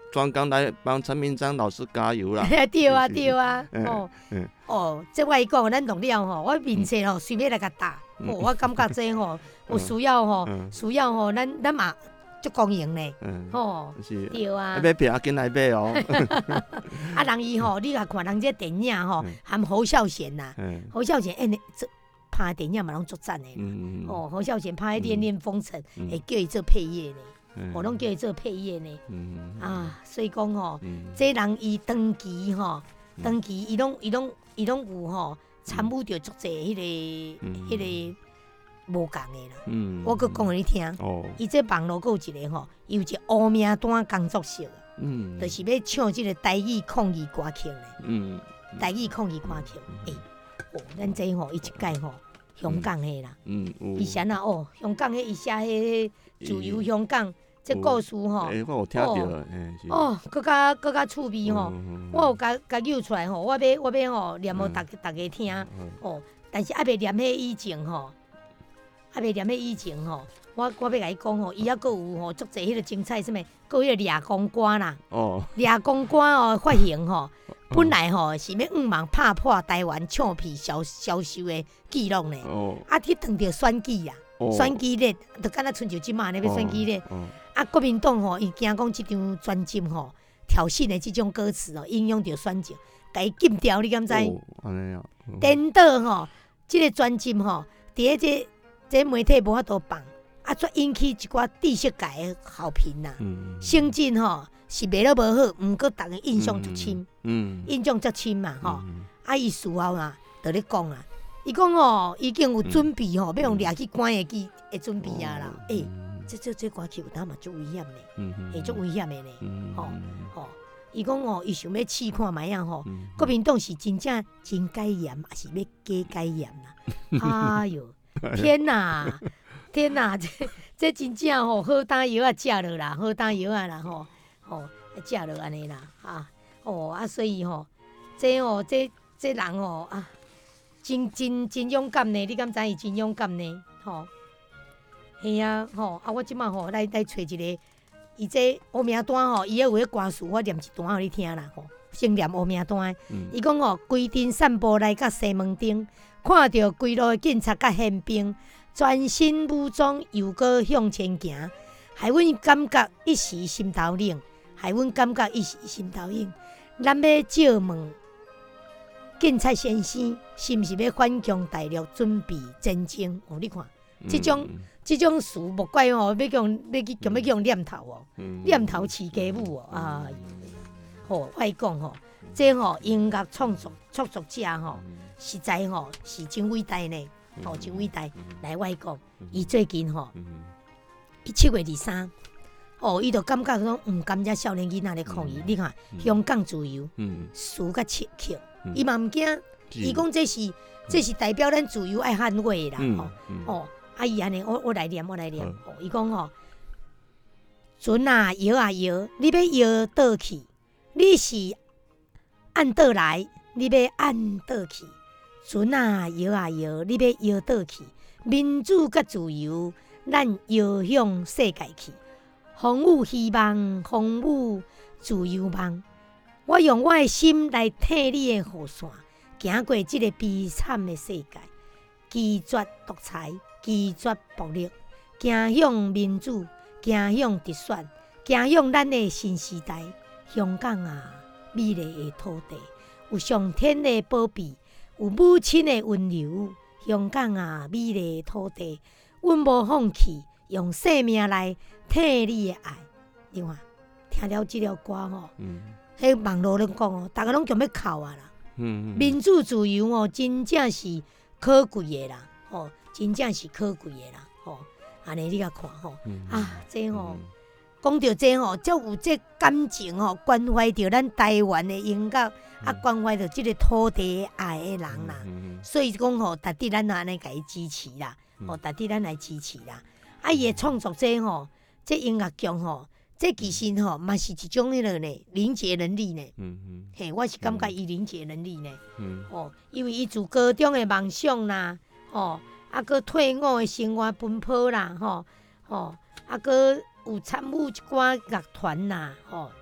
[SPEAKER 2] 专工来帮陈明章老师加油啦！
[SPEAKER 1] 对啊对啊，哦哦，这我讲，咱录了吼，我面色吼，随便来甲答，哦，我感觉这吼有需要吼，需要吼，咱咱嘛足公平呢，吼，对啊。
[SPEAKER 2] 要票紧来买哦。
[SPEAKER 1] 啊，人伊吼，你来看人这电影吼，含侯孝贤呐，侯孝贤演的这拍电影嘛拢足赞的啦，哦，侯孝贤拍《恋恋风尘》，会叫伊做配乐呢。我拢叫伊做配乐呢，嗯、啊，所以讲吼，嗯、这人伊长期吼，长期伊拢伊拢伊拢有吼参与着足济迄个迄、嗯、个无共的啦。嗯、我佮讲互你听，伊、哦、这网络有一个吼，有一个乌名单工作室，嗯，就是要唱即个台语抗议歌曲咧。嗯，台语抗议歌曲，诶、嗯欸，哦，咱这吼伊一届吼香港的啦，嗯，以前啊哦，香港迄伊写迄自由香港。这故事吼，
[SPEAKER 2] 欸、我有听到，哦，
[SPEAKER 1] 哦，更加更加趣味吼，嗯、我有甲甲扭出来吼，我要我要吼念互大大家听，嗯、哦，但是还袂念迄以前吼，还袂念迄以前吼，我我要甲伊讲吼，伊还佫有吼足济迄个精彩什么，佫有迄个掠公歌啦，哦，掠公歌哦发行吼，本来吼是要五万拍破台湾唱片销销售的记录呢，哦，啊，去当着选举啦。哦、选举咧，就敢若春就即马咧要选举咧，哦哦、啊，国民党吼，伊惊讲即张专辑吼挑衅的即种歌词哦，影响着选情，甲伊禁掉，你敢知？哦，安尼啊。颠倒吼，即个专辑吼，伫个这这媒体无法度放，啊，却引起一寡知识界的好评啦。嗯。成绩吼是卖了无好，毋过逐个印象足深，嗯，印象足深嘛吼，嗯、啊，伊事后啊，就咧讲啊。伊讲哦，已经有准备吼，要用掠去关的机的准备啊啦。诶，这这这歌曲有当嘛足危险嘞，会足危险的嘞。吼吼，伊讲哦，伊想要试看卖啊吼，国民党是真正真改严，还是要假改严啦？哎哟，天哪，天哪，这这真正吼好打药啊，食落啦，好打药啊啦吼，吼食落安尼啦，啊，哦啊，所以吼，这哦这这人哦啊。真真真勇敢呢！你敢知伊真勇敢呢？吼，嘿啊，吼啊！我即马吼来来找一个，伊这乌名单吼，伊也有迄歌词，我念一段互你听啦吼。先念乌名单，伊讲吼，规阵散步来到西门町，看到规路的警察甲宪兵，全身武装又搁向前行，害阮感觉一时心头冷，害阮感觉一时心头冷。咱要借问。警察先生是毋是要反攻大陆，准备战争？哦，你看，即种即、嗯、种事，莫怪哦，要用要去叫要用念头哦，嗯、念头饲家母哦，啊，吼，我讲吼，这吼音乐创作创作者吼，实在吼是真伟大呢，吼真伟大。来，我讲，伊最近吼，伊七月二三，哦，伊就感觉讲，毋甘遮少年囡仔咧抗议，你看香港自由，输甲七曲。伊嘛毋惊，伊讲这是这是代表咱自由爱捍卫啦，吼、嗯，哦、嗯，啊伊安尼，我我来念，我来念，哦、嗯，伊讲吼，船啊摇啊摇，你要摇倒去，你是按倒来，你要按倒去，船啊摇啊摇，你要摇倒去，民主甲自由，咱摇向世界去，风雨希望，风雨自由梦。我用我的心来替你的雨伞，行过这个悲惨的世界，拒绝独裁，拒绝暴力，行向民主，行向直选，行向咱的新时代。香港啊，美丽的土地，有上天的保庇，有母亲的温柔。香港啊，美丽的土地，阮无放弃，用生命来替你的爱。你看，听了这条歌吼。嗯迄网络咧讲哦，大家拢强要哭啊啦！嗯嗯、民主自由哦，真正是可贵的啦，吼、哦，真正是可贵的啦，吼、哦，安尼你甲看吼，嗯、啊，这吼讲到这吼，则有这感情吼，关怀着咱台湾的音乐，嗯、啊，关怀着即个土地爱的人啦，嗯嗯、所以讲吼，值得咱安尼甲伊支持啦，吼、嗯，值得咱来支持啦。啊，伊的创作者吼，这音乐剧吼。这其实吼，嘛是一种迄个呢，凝结能力呢。嗯嗯。嘿，我是感觉伊凝结能力呢。嗯。哦，因为伊自高中的梦想啦，吼，啊，佮退伍的生活奔波啦，吼，吼，啊，佮有参与一寡乐团啦，吼，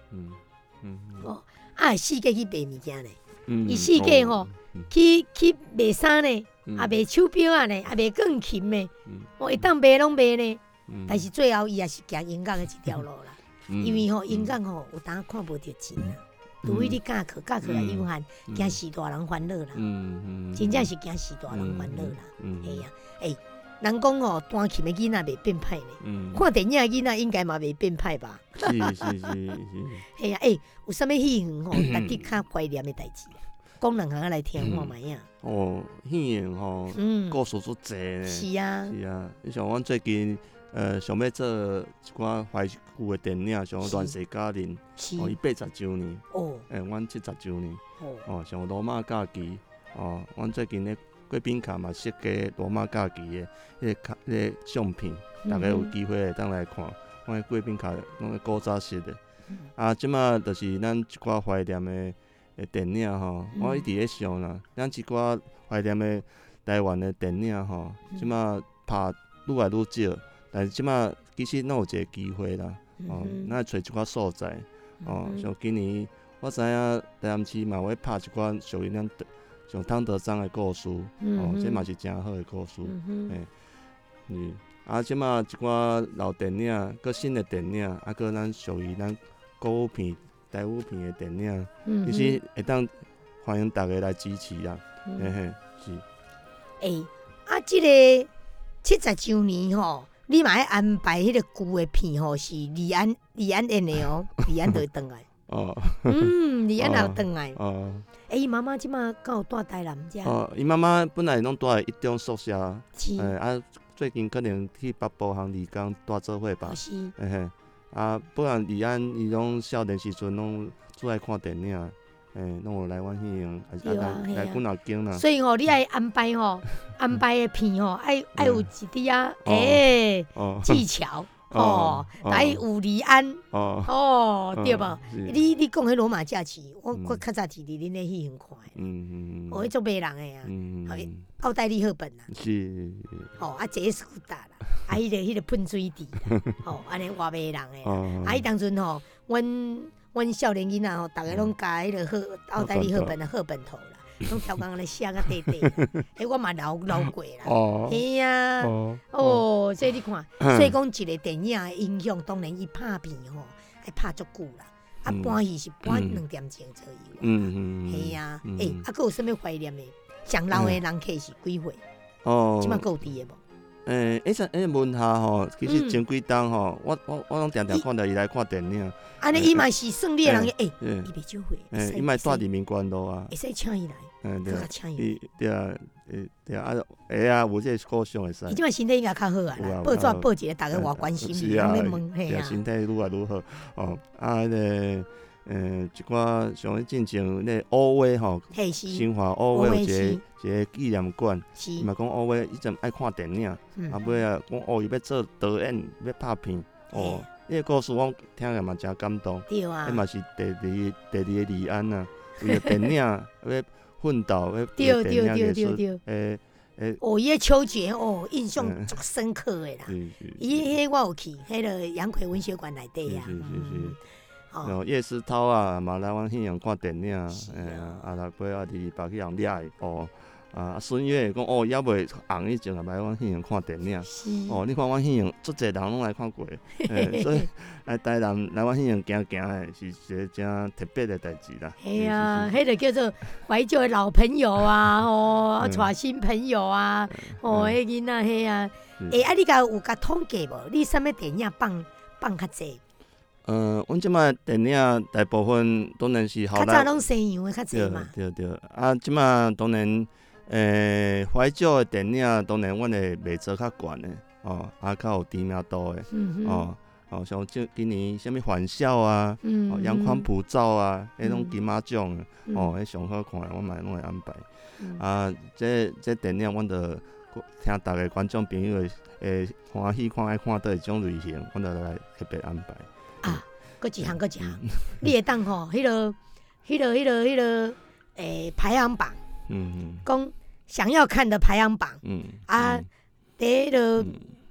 [SPEAKER 2] 嗯嗯
[SPEAKER 1] 哦，啊，四界去卖物件呢，
[SPEAKER 2] 嗯，
[SPEAKER 1] 伊四界吼去去卖衫呢，
[SPEAKER 2] 嗯
[SPEAKER 1] 啊卖手表啊呢，啊卖钢琴呢，
[SPEAKER 2] 嗯
[SPEAKER 1] 哦，会当卖拢卖呢。
[SPEAKER 2] 嗯
[SPEAKER 1] 但是最后伊也是行演讲的一条路啦，
[SPEAKER 2] 嗯
[SPEAKER 1] 因为吼演讲吼有当看无着钱啦，除非你教课，教课也有限，惊死大人烦恼啦，
[SPEAKER 2] 嗯嗯，
[SPEAKER 1] 真正是惊死大人烦恼啦，
[SPEAKER 2] 嗯
[SPEAKER 1] 嘿啊，诶，人讲吼弹琴的囡仔袂变歹呢，
[SPEAKER 2] 嗯，
[SPEAKER 1] 看电影的囡仔应该嘛袂变歹吧？
[SPEAKER 2] 是是是是，
[SPEAKER 1] 嘿啊，诶，有啥物戏园吼，值得较怀念的代志啊？讲两项来听看卖啊。
[SPEAKER 2] 哦，戏园吼，
[SPEAKER 1] 嗯，
[SPEAKER 2] 故事足济呢。
[SPEAKER 1] 是啊，
[SPEAKER 2] 是啊，你像阮最近呃想要做一寡怀旧的电影，像《乱世佳人》，哦，伊八十周年，
[SPEAKER 1] 哦，
[SPEAKER 2] 诶，阮七十周年，
[SPEAKER 1] 哦，
[SPEAKER 2] 哦，像《罗马假期》，哦，阮最近咧贵宾卡嘛设计《罗马假期》的迄个卡迄个相片，大家有机会会当来看。阮贵宾卡拢是古早式的，啊，即马就是咱一寡怀念的的电影吼，我一直咧想啦，咱一寡怀念的台湾的电影吼，即马拍愈来愈少，但是即马其实咱有一个机会啦，哦，咱找一寡素材，哦，像今年我知影台南市嘛会拍一寡属于咱像汤德章的故事，哦，这嘛是真好的故事，嘿，嗯，啊，即马一寡老电影，佮新的电影，啊，佮咱属于咱歌舞片、台语片的电影，其实会当欢迎大家来支持啦，嘿嘿，是。
[SPEAKER 1] 诶，啊，即个七十周年吼，你嘛要安排迄个旧的片吼，是李安李安演的哦，李安就会转来。
[SPEAKER 2] 哦。
[SPEAKER 1] 嗯，李安也有转来。
[SPEAKER 2] 哦。
[SPEAKER 1] 诶，伊妈妈即马敢有住台南遮？
[SPEAKER 2] 哦，伊妈妈本来拢住在一中宿舍，
[SPEAKER 1] 是。
[SPEAKER 2] 诶啊，最近可能去北部和李刚住做伙吧。
[SPEAKER 1] 是。
[SPEAKER 2] 嘿嘿，啊，不然李安伊拢少年时阵拢做爱看电影。诶，拢有来阮戏院，还是来来阮老间啦。
[SPEAKER 1] 所以吼，你爱安排吼，安排的片吼，爱爱有一啲啊，诶，技巧哦，来有李安哦，对无？你你讲迄罗马假期，我我较早是伫恁咧戏院看的，嗯嗯，哦，迄做迷人的啊，嗯奥黛丽·赫本啊，
[SPEAKER 2] 是，
[SPEAKER 1] 哦，啊，杰斯库达啦，啊，迄个迄个喷水池啦，哦，安尼活迷人的，啊，伊当阵吼，阮。阮少年囡仔吼，逐个拢加迄个赫奥黛丽·赫本的赫本头啦，拢超工安尼写甲短短。诶，我嘛老老过啦。哦。嘿啊。哦。哦，所以你看，所以讲一个电影的影响，当然伊拍片吼，爱拍足久啦。啊，搬戏是搬两点钟左右。嗯嗯。嘿啊，诶，啊，佫有啥物怀念的？上老的人客是几岁？哦。即摆佫有伫的无？
[SPEAKER 2] 诶，迄阵迄问下吼，其实前几冬吼，我我我拢定定看到伊来看电影。
[SPEAKER 1] 安尼伊嘛是算你的人诶，伊袂少岁，
[SPEAKER 2] 诶，伊嘛住伫民权路啊，
[SPEAKER 1] 会使请伊来，嗯对，请伊，
[SPEAKER 2] 对啊，诶对啊，啊，会啊，有这个故乡会使。
[SPEAKER 1] 伊即摆身体应该较好啊，报纸报一个，大家偌关心伊，人咧问，嘿啊，
[SPEAKER 2] 身体愈来愈好，哦，啊，迄个。嗯，一寡像进前那乌威吼，新华乌威有一个一个纪念馆，伊嘛讲乌威以前爱看电影，啊尾啊讲哦，伊要做导演，要拍片，哦，迄个故事我听个嘛真感动，
[SPEAKER 1] 对啊，
[SPEAKER 2] 迄嘛是第二第二个李安啊，为了电影要奋斗，要
[SPEAKER 1] 对对对对对，
[SPEAKER 2] 诶诶，
[SPEAKER 1] 哦，伊个秋节哦，印象足深刻的啦，伊迄我有去，迄个杨奎文学馆内底啊。
[SPEAKER 2] 哦，叶思涛啊，嘛来阮戏院看电影，哎呀，啊来尾啊伫别去人掠的哦，啊孙悦讲哦，也袂红以前啊来阮戏院看电影，哦，你看阮戏院足侪人拢来看过，哎，所以来台南来阮戏院行行的是一个真特别的代志啦。
[SPEAKER 1] 系啊，迄个叫做怀旧的老朋友啊，哦，带新朋友啊，哦，迄囡仔迄啊，诶，啊你甲有甲统计无？你啥物电影放放较济？
[SPEAKER 2] 呃，阮即摆电影大部分当然是后来，
[SPEAKER 1] 较早拢西洋的较济嘛。
[SPEAKER 2] 对对对，啊，即摆当然，诶、欸，怀旧的电影当然阮会卖做较悬的，哦，啊，较有知名度的，嗯、哦，哦，像今今年啥物返校啊，嗯、哦，阳光普照啊，迄种金马奖，嗯、哦，迄上好看的，我嘛拢会安排。嗯、啊，这这电影阮着听逐个观众朋友会欢喜看爱看倒一种类型，阮着来特别安排。
[SPEAKER 1] 啊，搁一项，搁一项，你会当吼，迄个、迄个、迄个、迄个，诶，排行榜，嗯嗯，讲想要看的排行榜，嗯啊，第迄个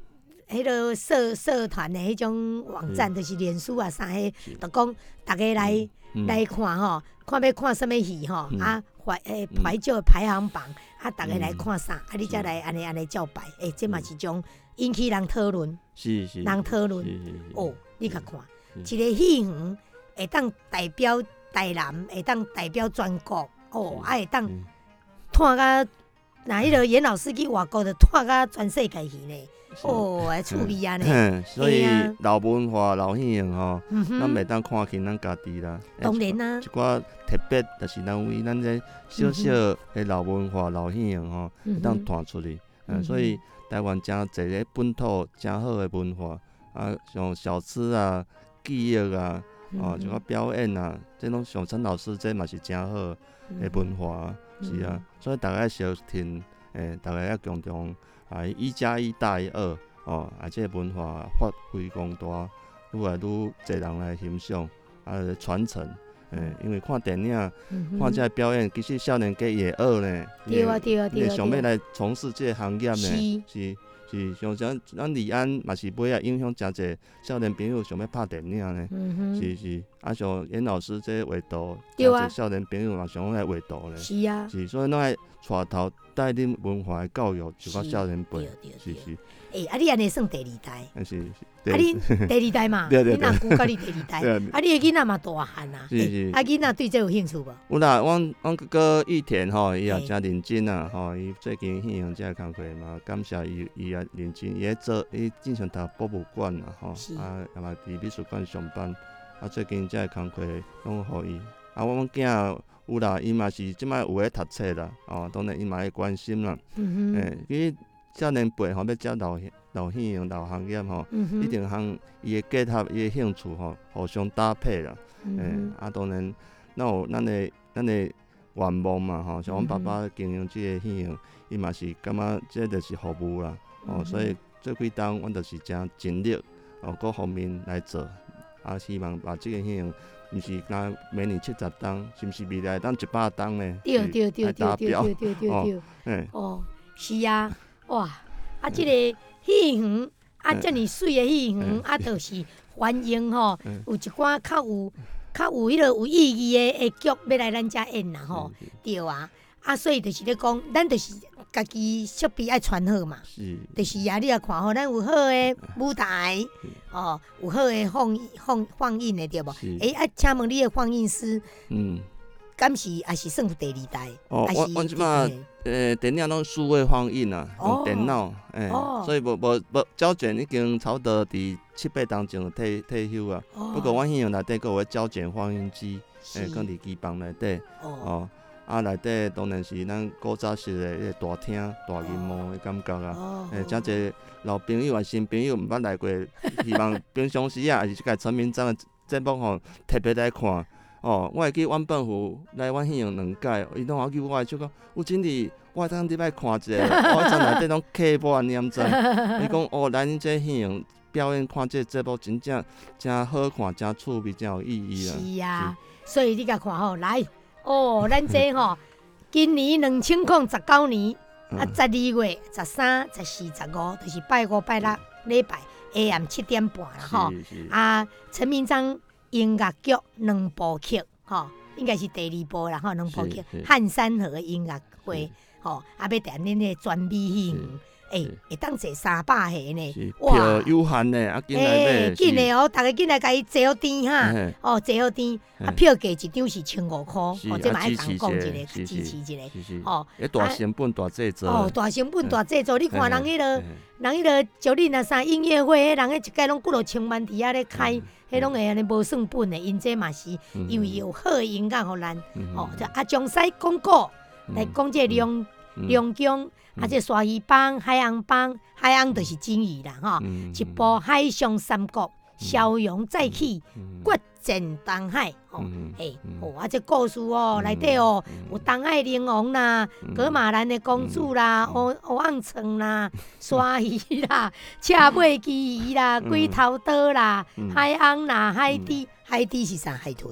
[SPEAKER 1] 迄个社社团的迄种网站，就是脸书啊啥迄，就讲大家来来看吼，看要看什么戏吼，啊怀诶怀旧排行榜，啊大家来看啥，啊你才来安尼安尼叫牌，诶，这嘛是种引起人讨论，
[SPEAKER 2] 是是，
[SPEAKER 1] 人讨论，哦，你甲看，一个戏园会当代表台南，会当代表全国，哦，啊会当看甲。那迄个严老师去外国就看甲全世界去呢，哦，还趣味啊呢。
[SPEAKER 2] 所以老文化、老戏院吼，咱袂当看轻咱家己啦。
[SPEAKER 1] 当然啦。
[SPEAKER 2] 一寡特别，就是咱为咱这小小的老文化、老戏院吼，会当传出去。嗯，所以台湾真侪个本土真好的文化，啊，像小吃啊、技艺啊，哦，就个表演啊，这种像陈老师这嘛是真好的文化。是啊，所以大家小听，诶，大家要共同啊，一加一大于二哦，啊，这个文化发挥光大，愈来愈侪人来欣赏，啊，传承，诶，因为看电影、嗯、看这个表演，其实少年家也学呢，
[SPEAKER 1] 对啊对啊对啊，
[SPEAKER 2] 想要来从事这个行业呢，是是。是像咱咱李安嘛是尾啊影响真侪少年朋友想要拍电影呢，嗯、是是，啊像严老师这画图，真侪少年朋友嘛想要来画图呢，
[SPEAKER 1] 是啊，
[SPEAKER 2] 是，所以咱爱带头带领文化的教育，就到少年辈，是是。
[SPEAKER 1] 诶，啊你安尼算第二代，
[SPEAKER 2] 是是，
[SPEAKER 1] 啊你第二代嘛，
[SPEAKER 2] 对对
[SPEAKER 1] 对，你若舅甲你第二代，啊你的囡仔嘛大汉啊，
[SPEAKER 2] 是是，
[SPEAKER 1] 啊囡仔对这有兴趣无？
[SPEAKER 2] 有啦，阮阮哥哥玉田吼，伊也真认真啊，吼，伊最近戏用这个工课嘛，感谢伊，伊也认真，伊咧做，伊正常读博物馆啊，吼，啊，也嘛伫美术馆上班，啊，最近这个工课拢互伊，啊，阮囝有啦，伊嘛是即摆有咧读册啦，哦，当然伊嘛会关心啦，嗯哼，诶，其实少年辈吼要接老老戏用老行业吼，嗯、一定通伊会结合伊的兴趣吼，互相搭配啦，诶、嗯，啊，当然，咱有咱的咱的愿望嘛吼，像阮爸爸经营即个戏用，伊嘛是感觉这就是服务啦，哦，嗯、所以做几档阮就是真尽力哦，各方面来做，啊，希望把即个戏用。毋是讲每年七十档，是毋是未来当一百档呢？
[SPEAKER 1] 对对对对对对对对对。哦，哦，是啊，哇，啊，即个戏园啊，遮尔水的戏园啊，就是欢迎吼，有一寡较有较有迄个有意义的的剧要来咱遮演啦吼，对啊，啊，所以就是咧讲，咱就是家己设备爱传好嘛，就是啊，你也看吼，咱有好的舞台。哦，有好的放放放映的对无？诶，啊，请问你的放映师，嗯，敢是也是算第二代？
[SPEAKER 2] 哦，我我即马诶电影拢数位放映啊，用电脑，诶，所以无无无胶卷已经差不多伫七八档前就退退休啊。不过我现用内底阁有个胶卷放映机，诶，放伫机房内底，哦。啊，内底当然是咱古早式的迄个大厅、大银幕的感觉啊。诶，真侪老朋友啊、新朋友毋捌来过，希望平常时啊，还是即个陈明章的节目吼，特别来看。哦，我会记阮伯父来阮戏院两届，伊拢好叫我就讲，有真哩，我当礼拜看一下，我在内底拢刻板念真。伊讲哦，来恁这戏院表演看这节目，真正真好看，真趣味，真有意义啊。
[SPEAKER 1] 是啊，所以你甲看吼，来。哦，咱这吼，今年两千零十九年啊，十二月十三、十四、十五，就是拜五、拜六礼拜下暗七点半啦吼。啊，陈明章音乐剧两部曲吼，应该是第二部啦吼，两部曲汉山河音乐会吼，啊要踮恁个专美戏院。诶，会当坐三百个呢，
[SPEAKER 2] 哇！有限呢，啊，紧来买。
[SPEAKER 1] 紧的哦，大家紧来甲伊坐好甜哈，哦，坐好甜，啊，票价一张是千五块，哦，这嘛爱讲讲一个，支持一个，
[SPEAKER 2] 哦。诶，大成本大制作。
[SPEAKER 1] 哦，大成本大制作，你看人迄个，人迄个九令啊啥音乐会，迄人迄一届拢几落千万伫遐咧开，迄拢会安尼无算本的，因这嘛是因为有好的音乐互咱，哦，就啊，将西广告来讲这龙龙江。啊，这鲨鱼帮、海洋帮，海洋就是金鱼啦，吼、嗯，一部海上三国，骁勇再起，决战东海，吼、嗯，诶、嗯，哦，啊，这故事哦，内底哦，有东海龙王啦，噶玛兰的公主啦，乌乌昂床啦，鲨鱼啦，赤尾旗鱼啦，龟头刀啦，海洋啦，海底，海底是啥？海豚啦。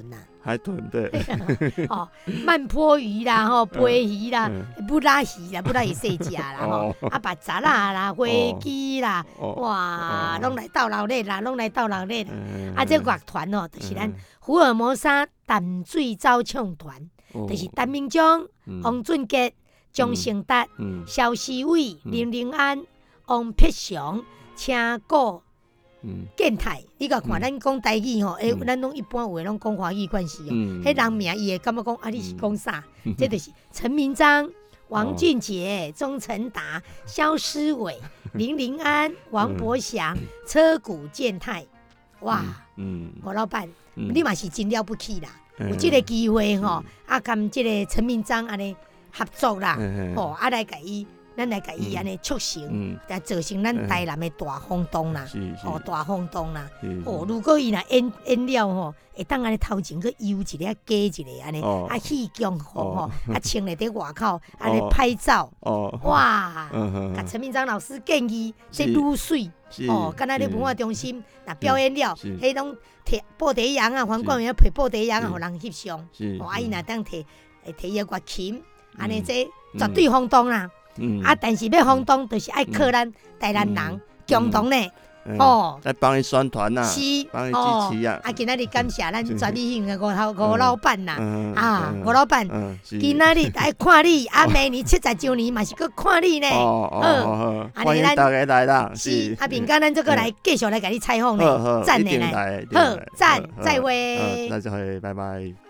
[SPEAKER 2] 海豚对，
[SPEAKER 1] 哦，慢坡鱼啦，吼，飞鱼啦，布拉鱼啦，布拉鱼细只啦，吼，啊，白杂啦啦，飞机啦，哇，拢来到老热啦，拢来到老热啦。啊，这乐团哦，就是咱福尔摩沙淡水走唱团，就是陈明章、王俊杰、张成达、肖思伟、林玲安、王碧祥、车果。建泰，你甲看，咱讲台语吼，诶，咱拢一般有诶拢讲华语关系哦。迄人名伊会感觉讲，啊，你是讲啥？这就是陈明章、王俊杰、钟成达、肖思伟、林玲安、王伯祥、车谷健太。哇，吴老板，你嘛是真了不起啦！有即个机会吼，啊，跟即个陈明章安尼合作啦，吼，啊来甲伊。咱来甲伊安尼促成，来造成咱台南的大风动啦，哦，大风动啦。哦，如果伊若演演了吼，会当安尼头前去游一个、加一个安尼，啊气强吼，啊穿咧伫外口安尼拍照，哇！甲陈明章老师建议，这愈水哦，敢若咧文化中心，若表演了，迄种摕布袋洋啊，黄冠元配布袋洋啊，互人翕相，哦，啊伊若当摕摕伊个乐琴，安尼这绝对轰动啦。嗯、啊，但是要轰动，就是爱靠咱台南人共同呢，嗯、哦，
[SPEAKER 2] 来帮伊宣传呐，
[SPEAKER 1] 是，
[SPEAKER 2] 帮伊支持啊。
[SPEAKER 1] 啊，今仔日感谢咱全理性的吴头吴老板呐，
[SPEAKER 2] 嗯、
[SPEAKER 1] 啊，吴老板，嗯、今仔日来看你，啊，明年七十周年嘛是去看你呢。
[SPEAKER 2] 哦哦哦，欢迎大家来啦。
[SPEAKER 1] 是，啊，明天咱这个来继续来给你采访呢，赞的呢，好，赞，再会，
[SPEAKER 2] 再会，拜拜。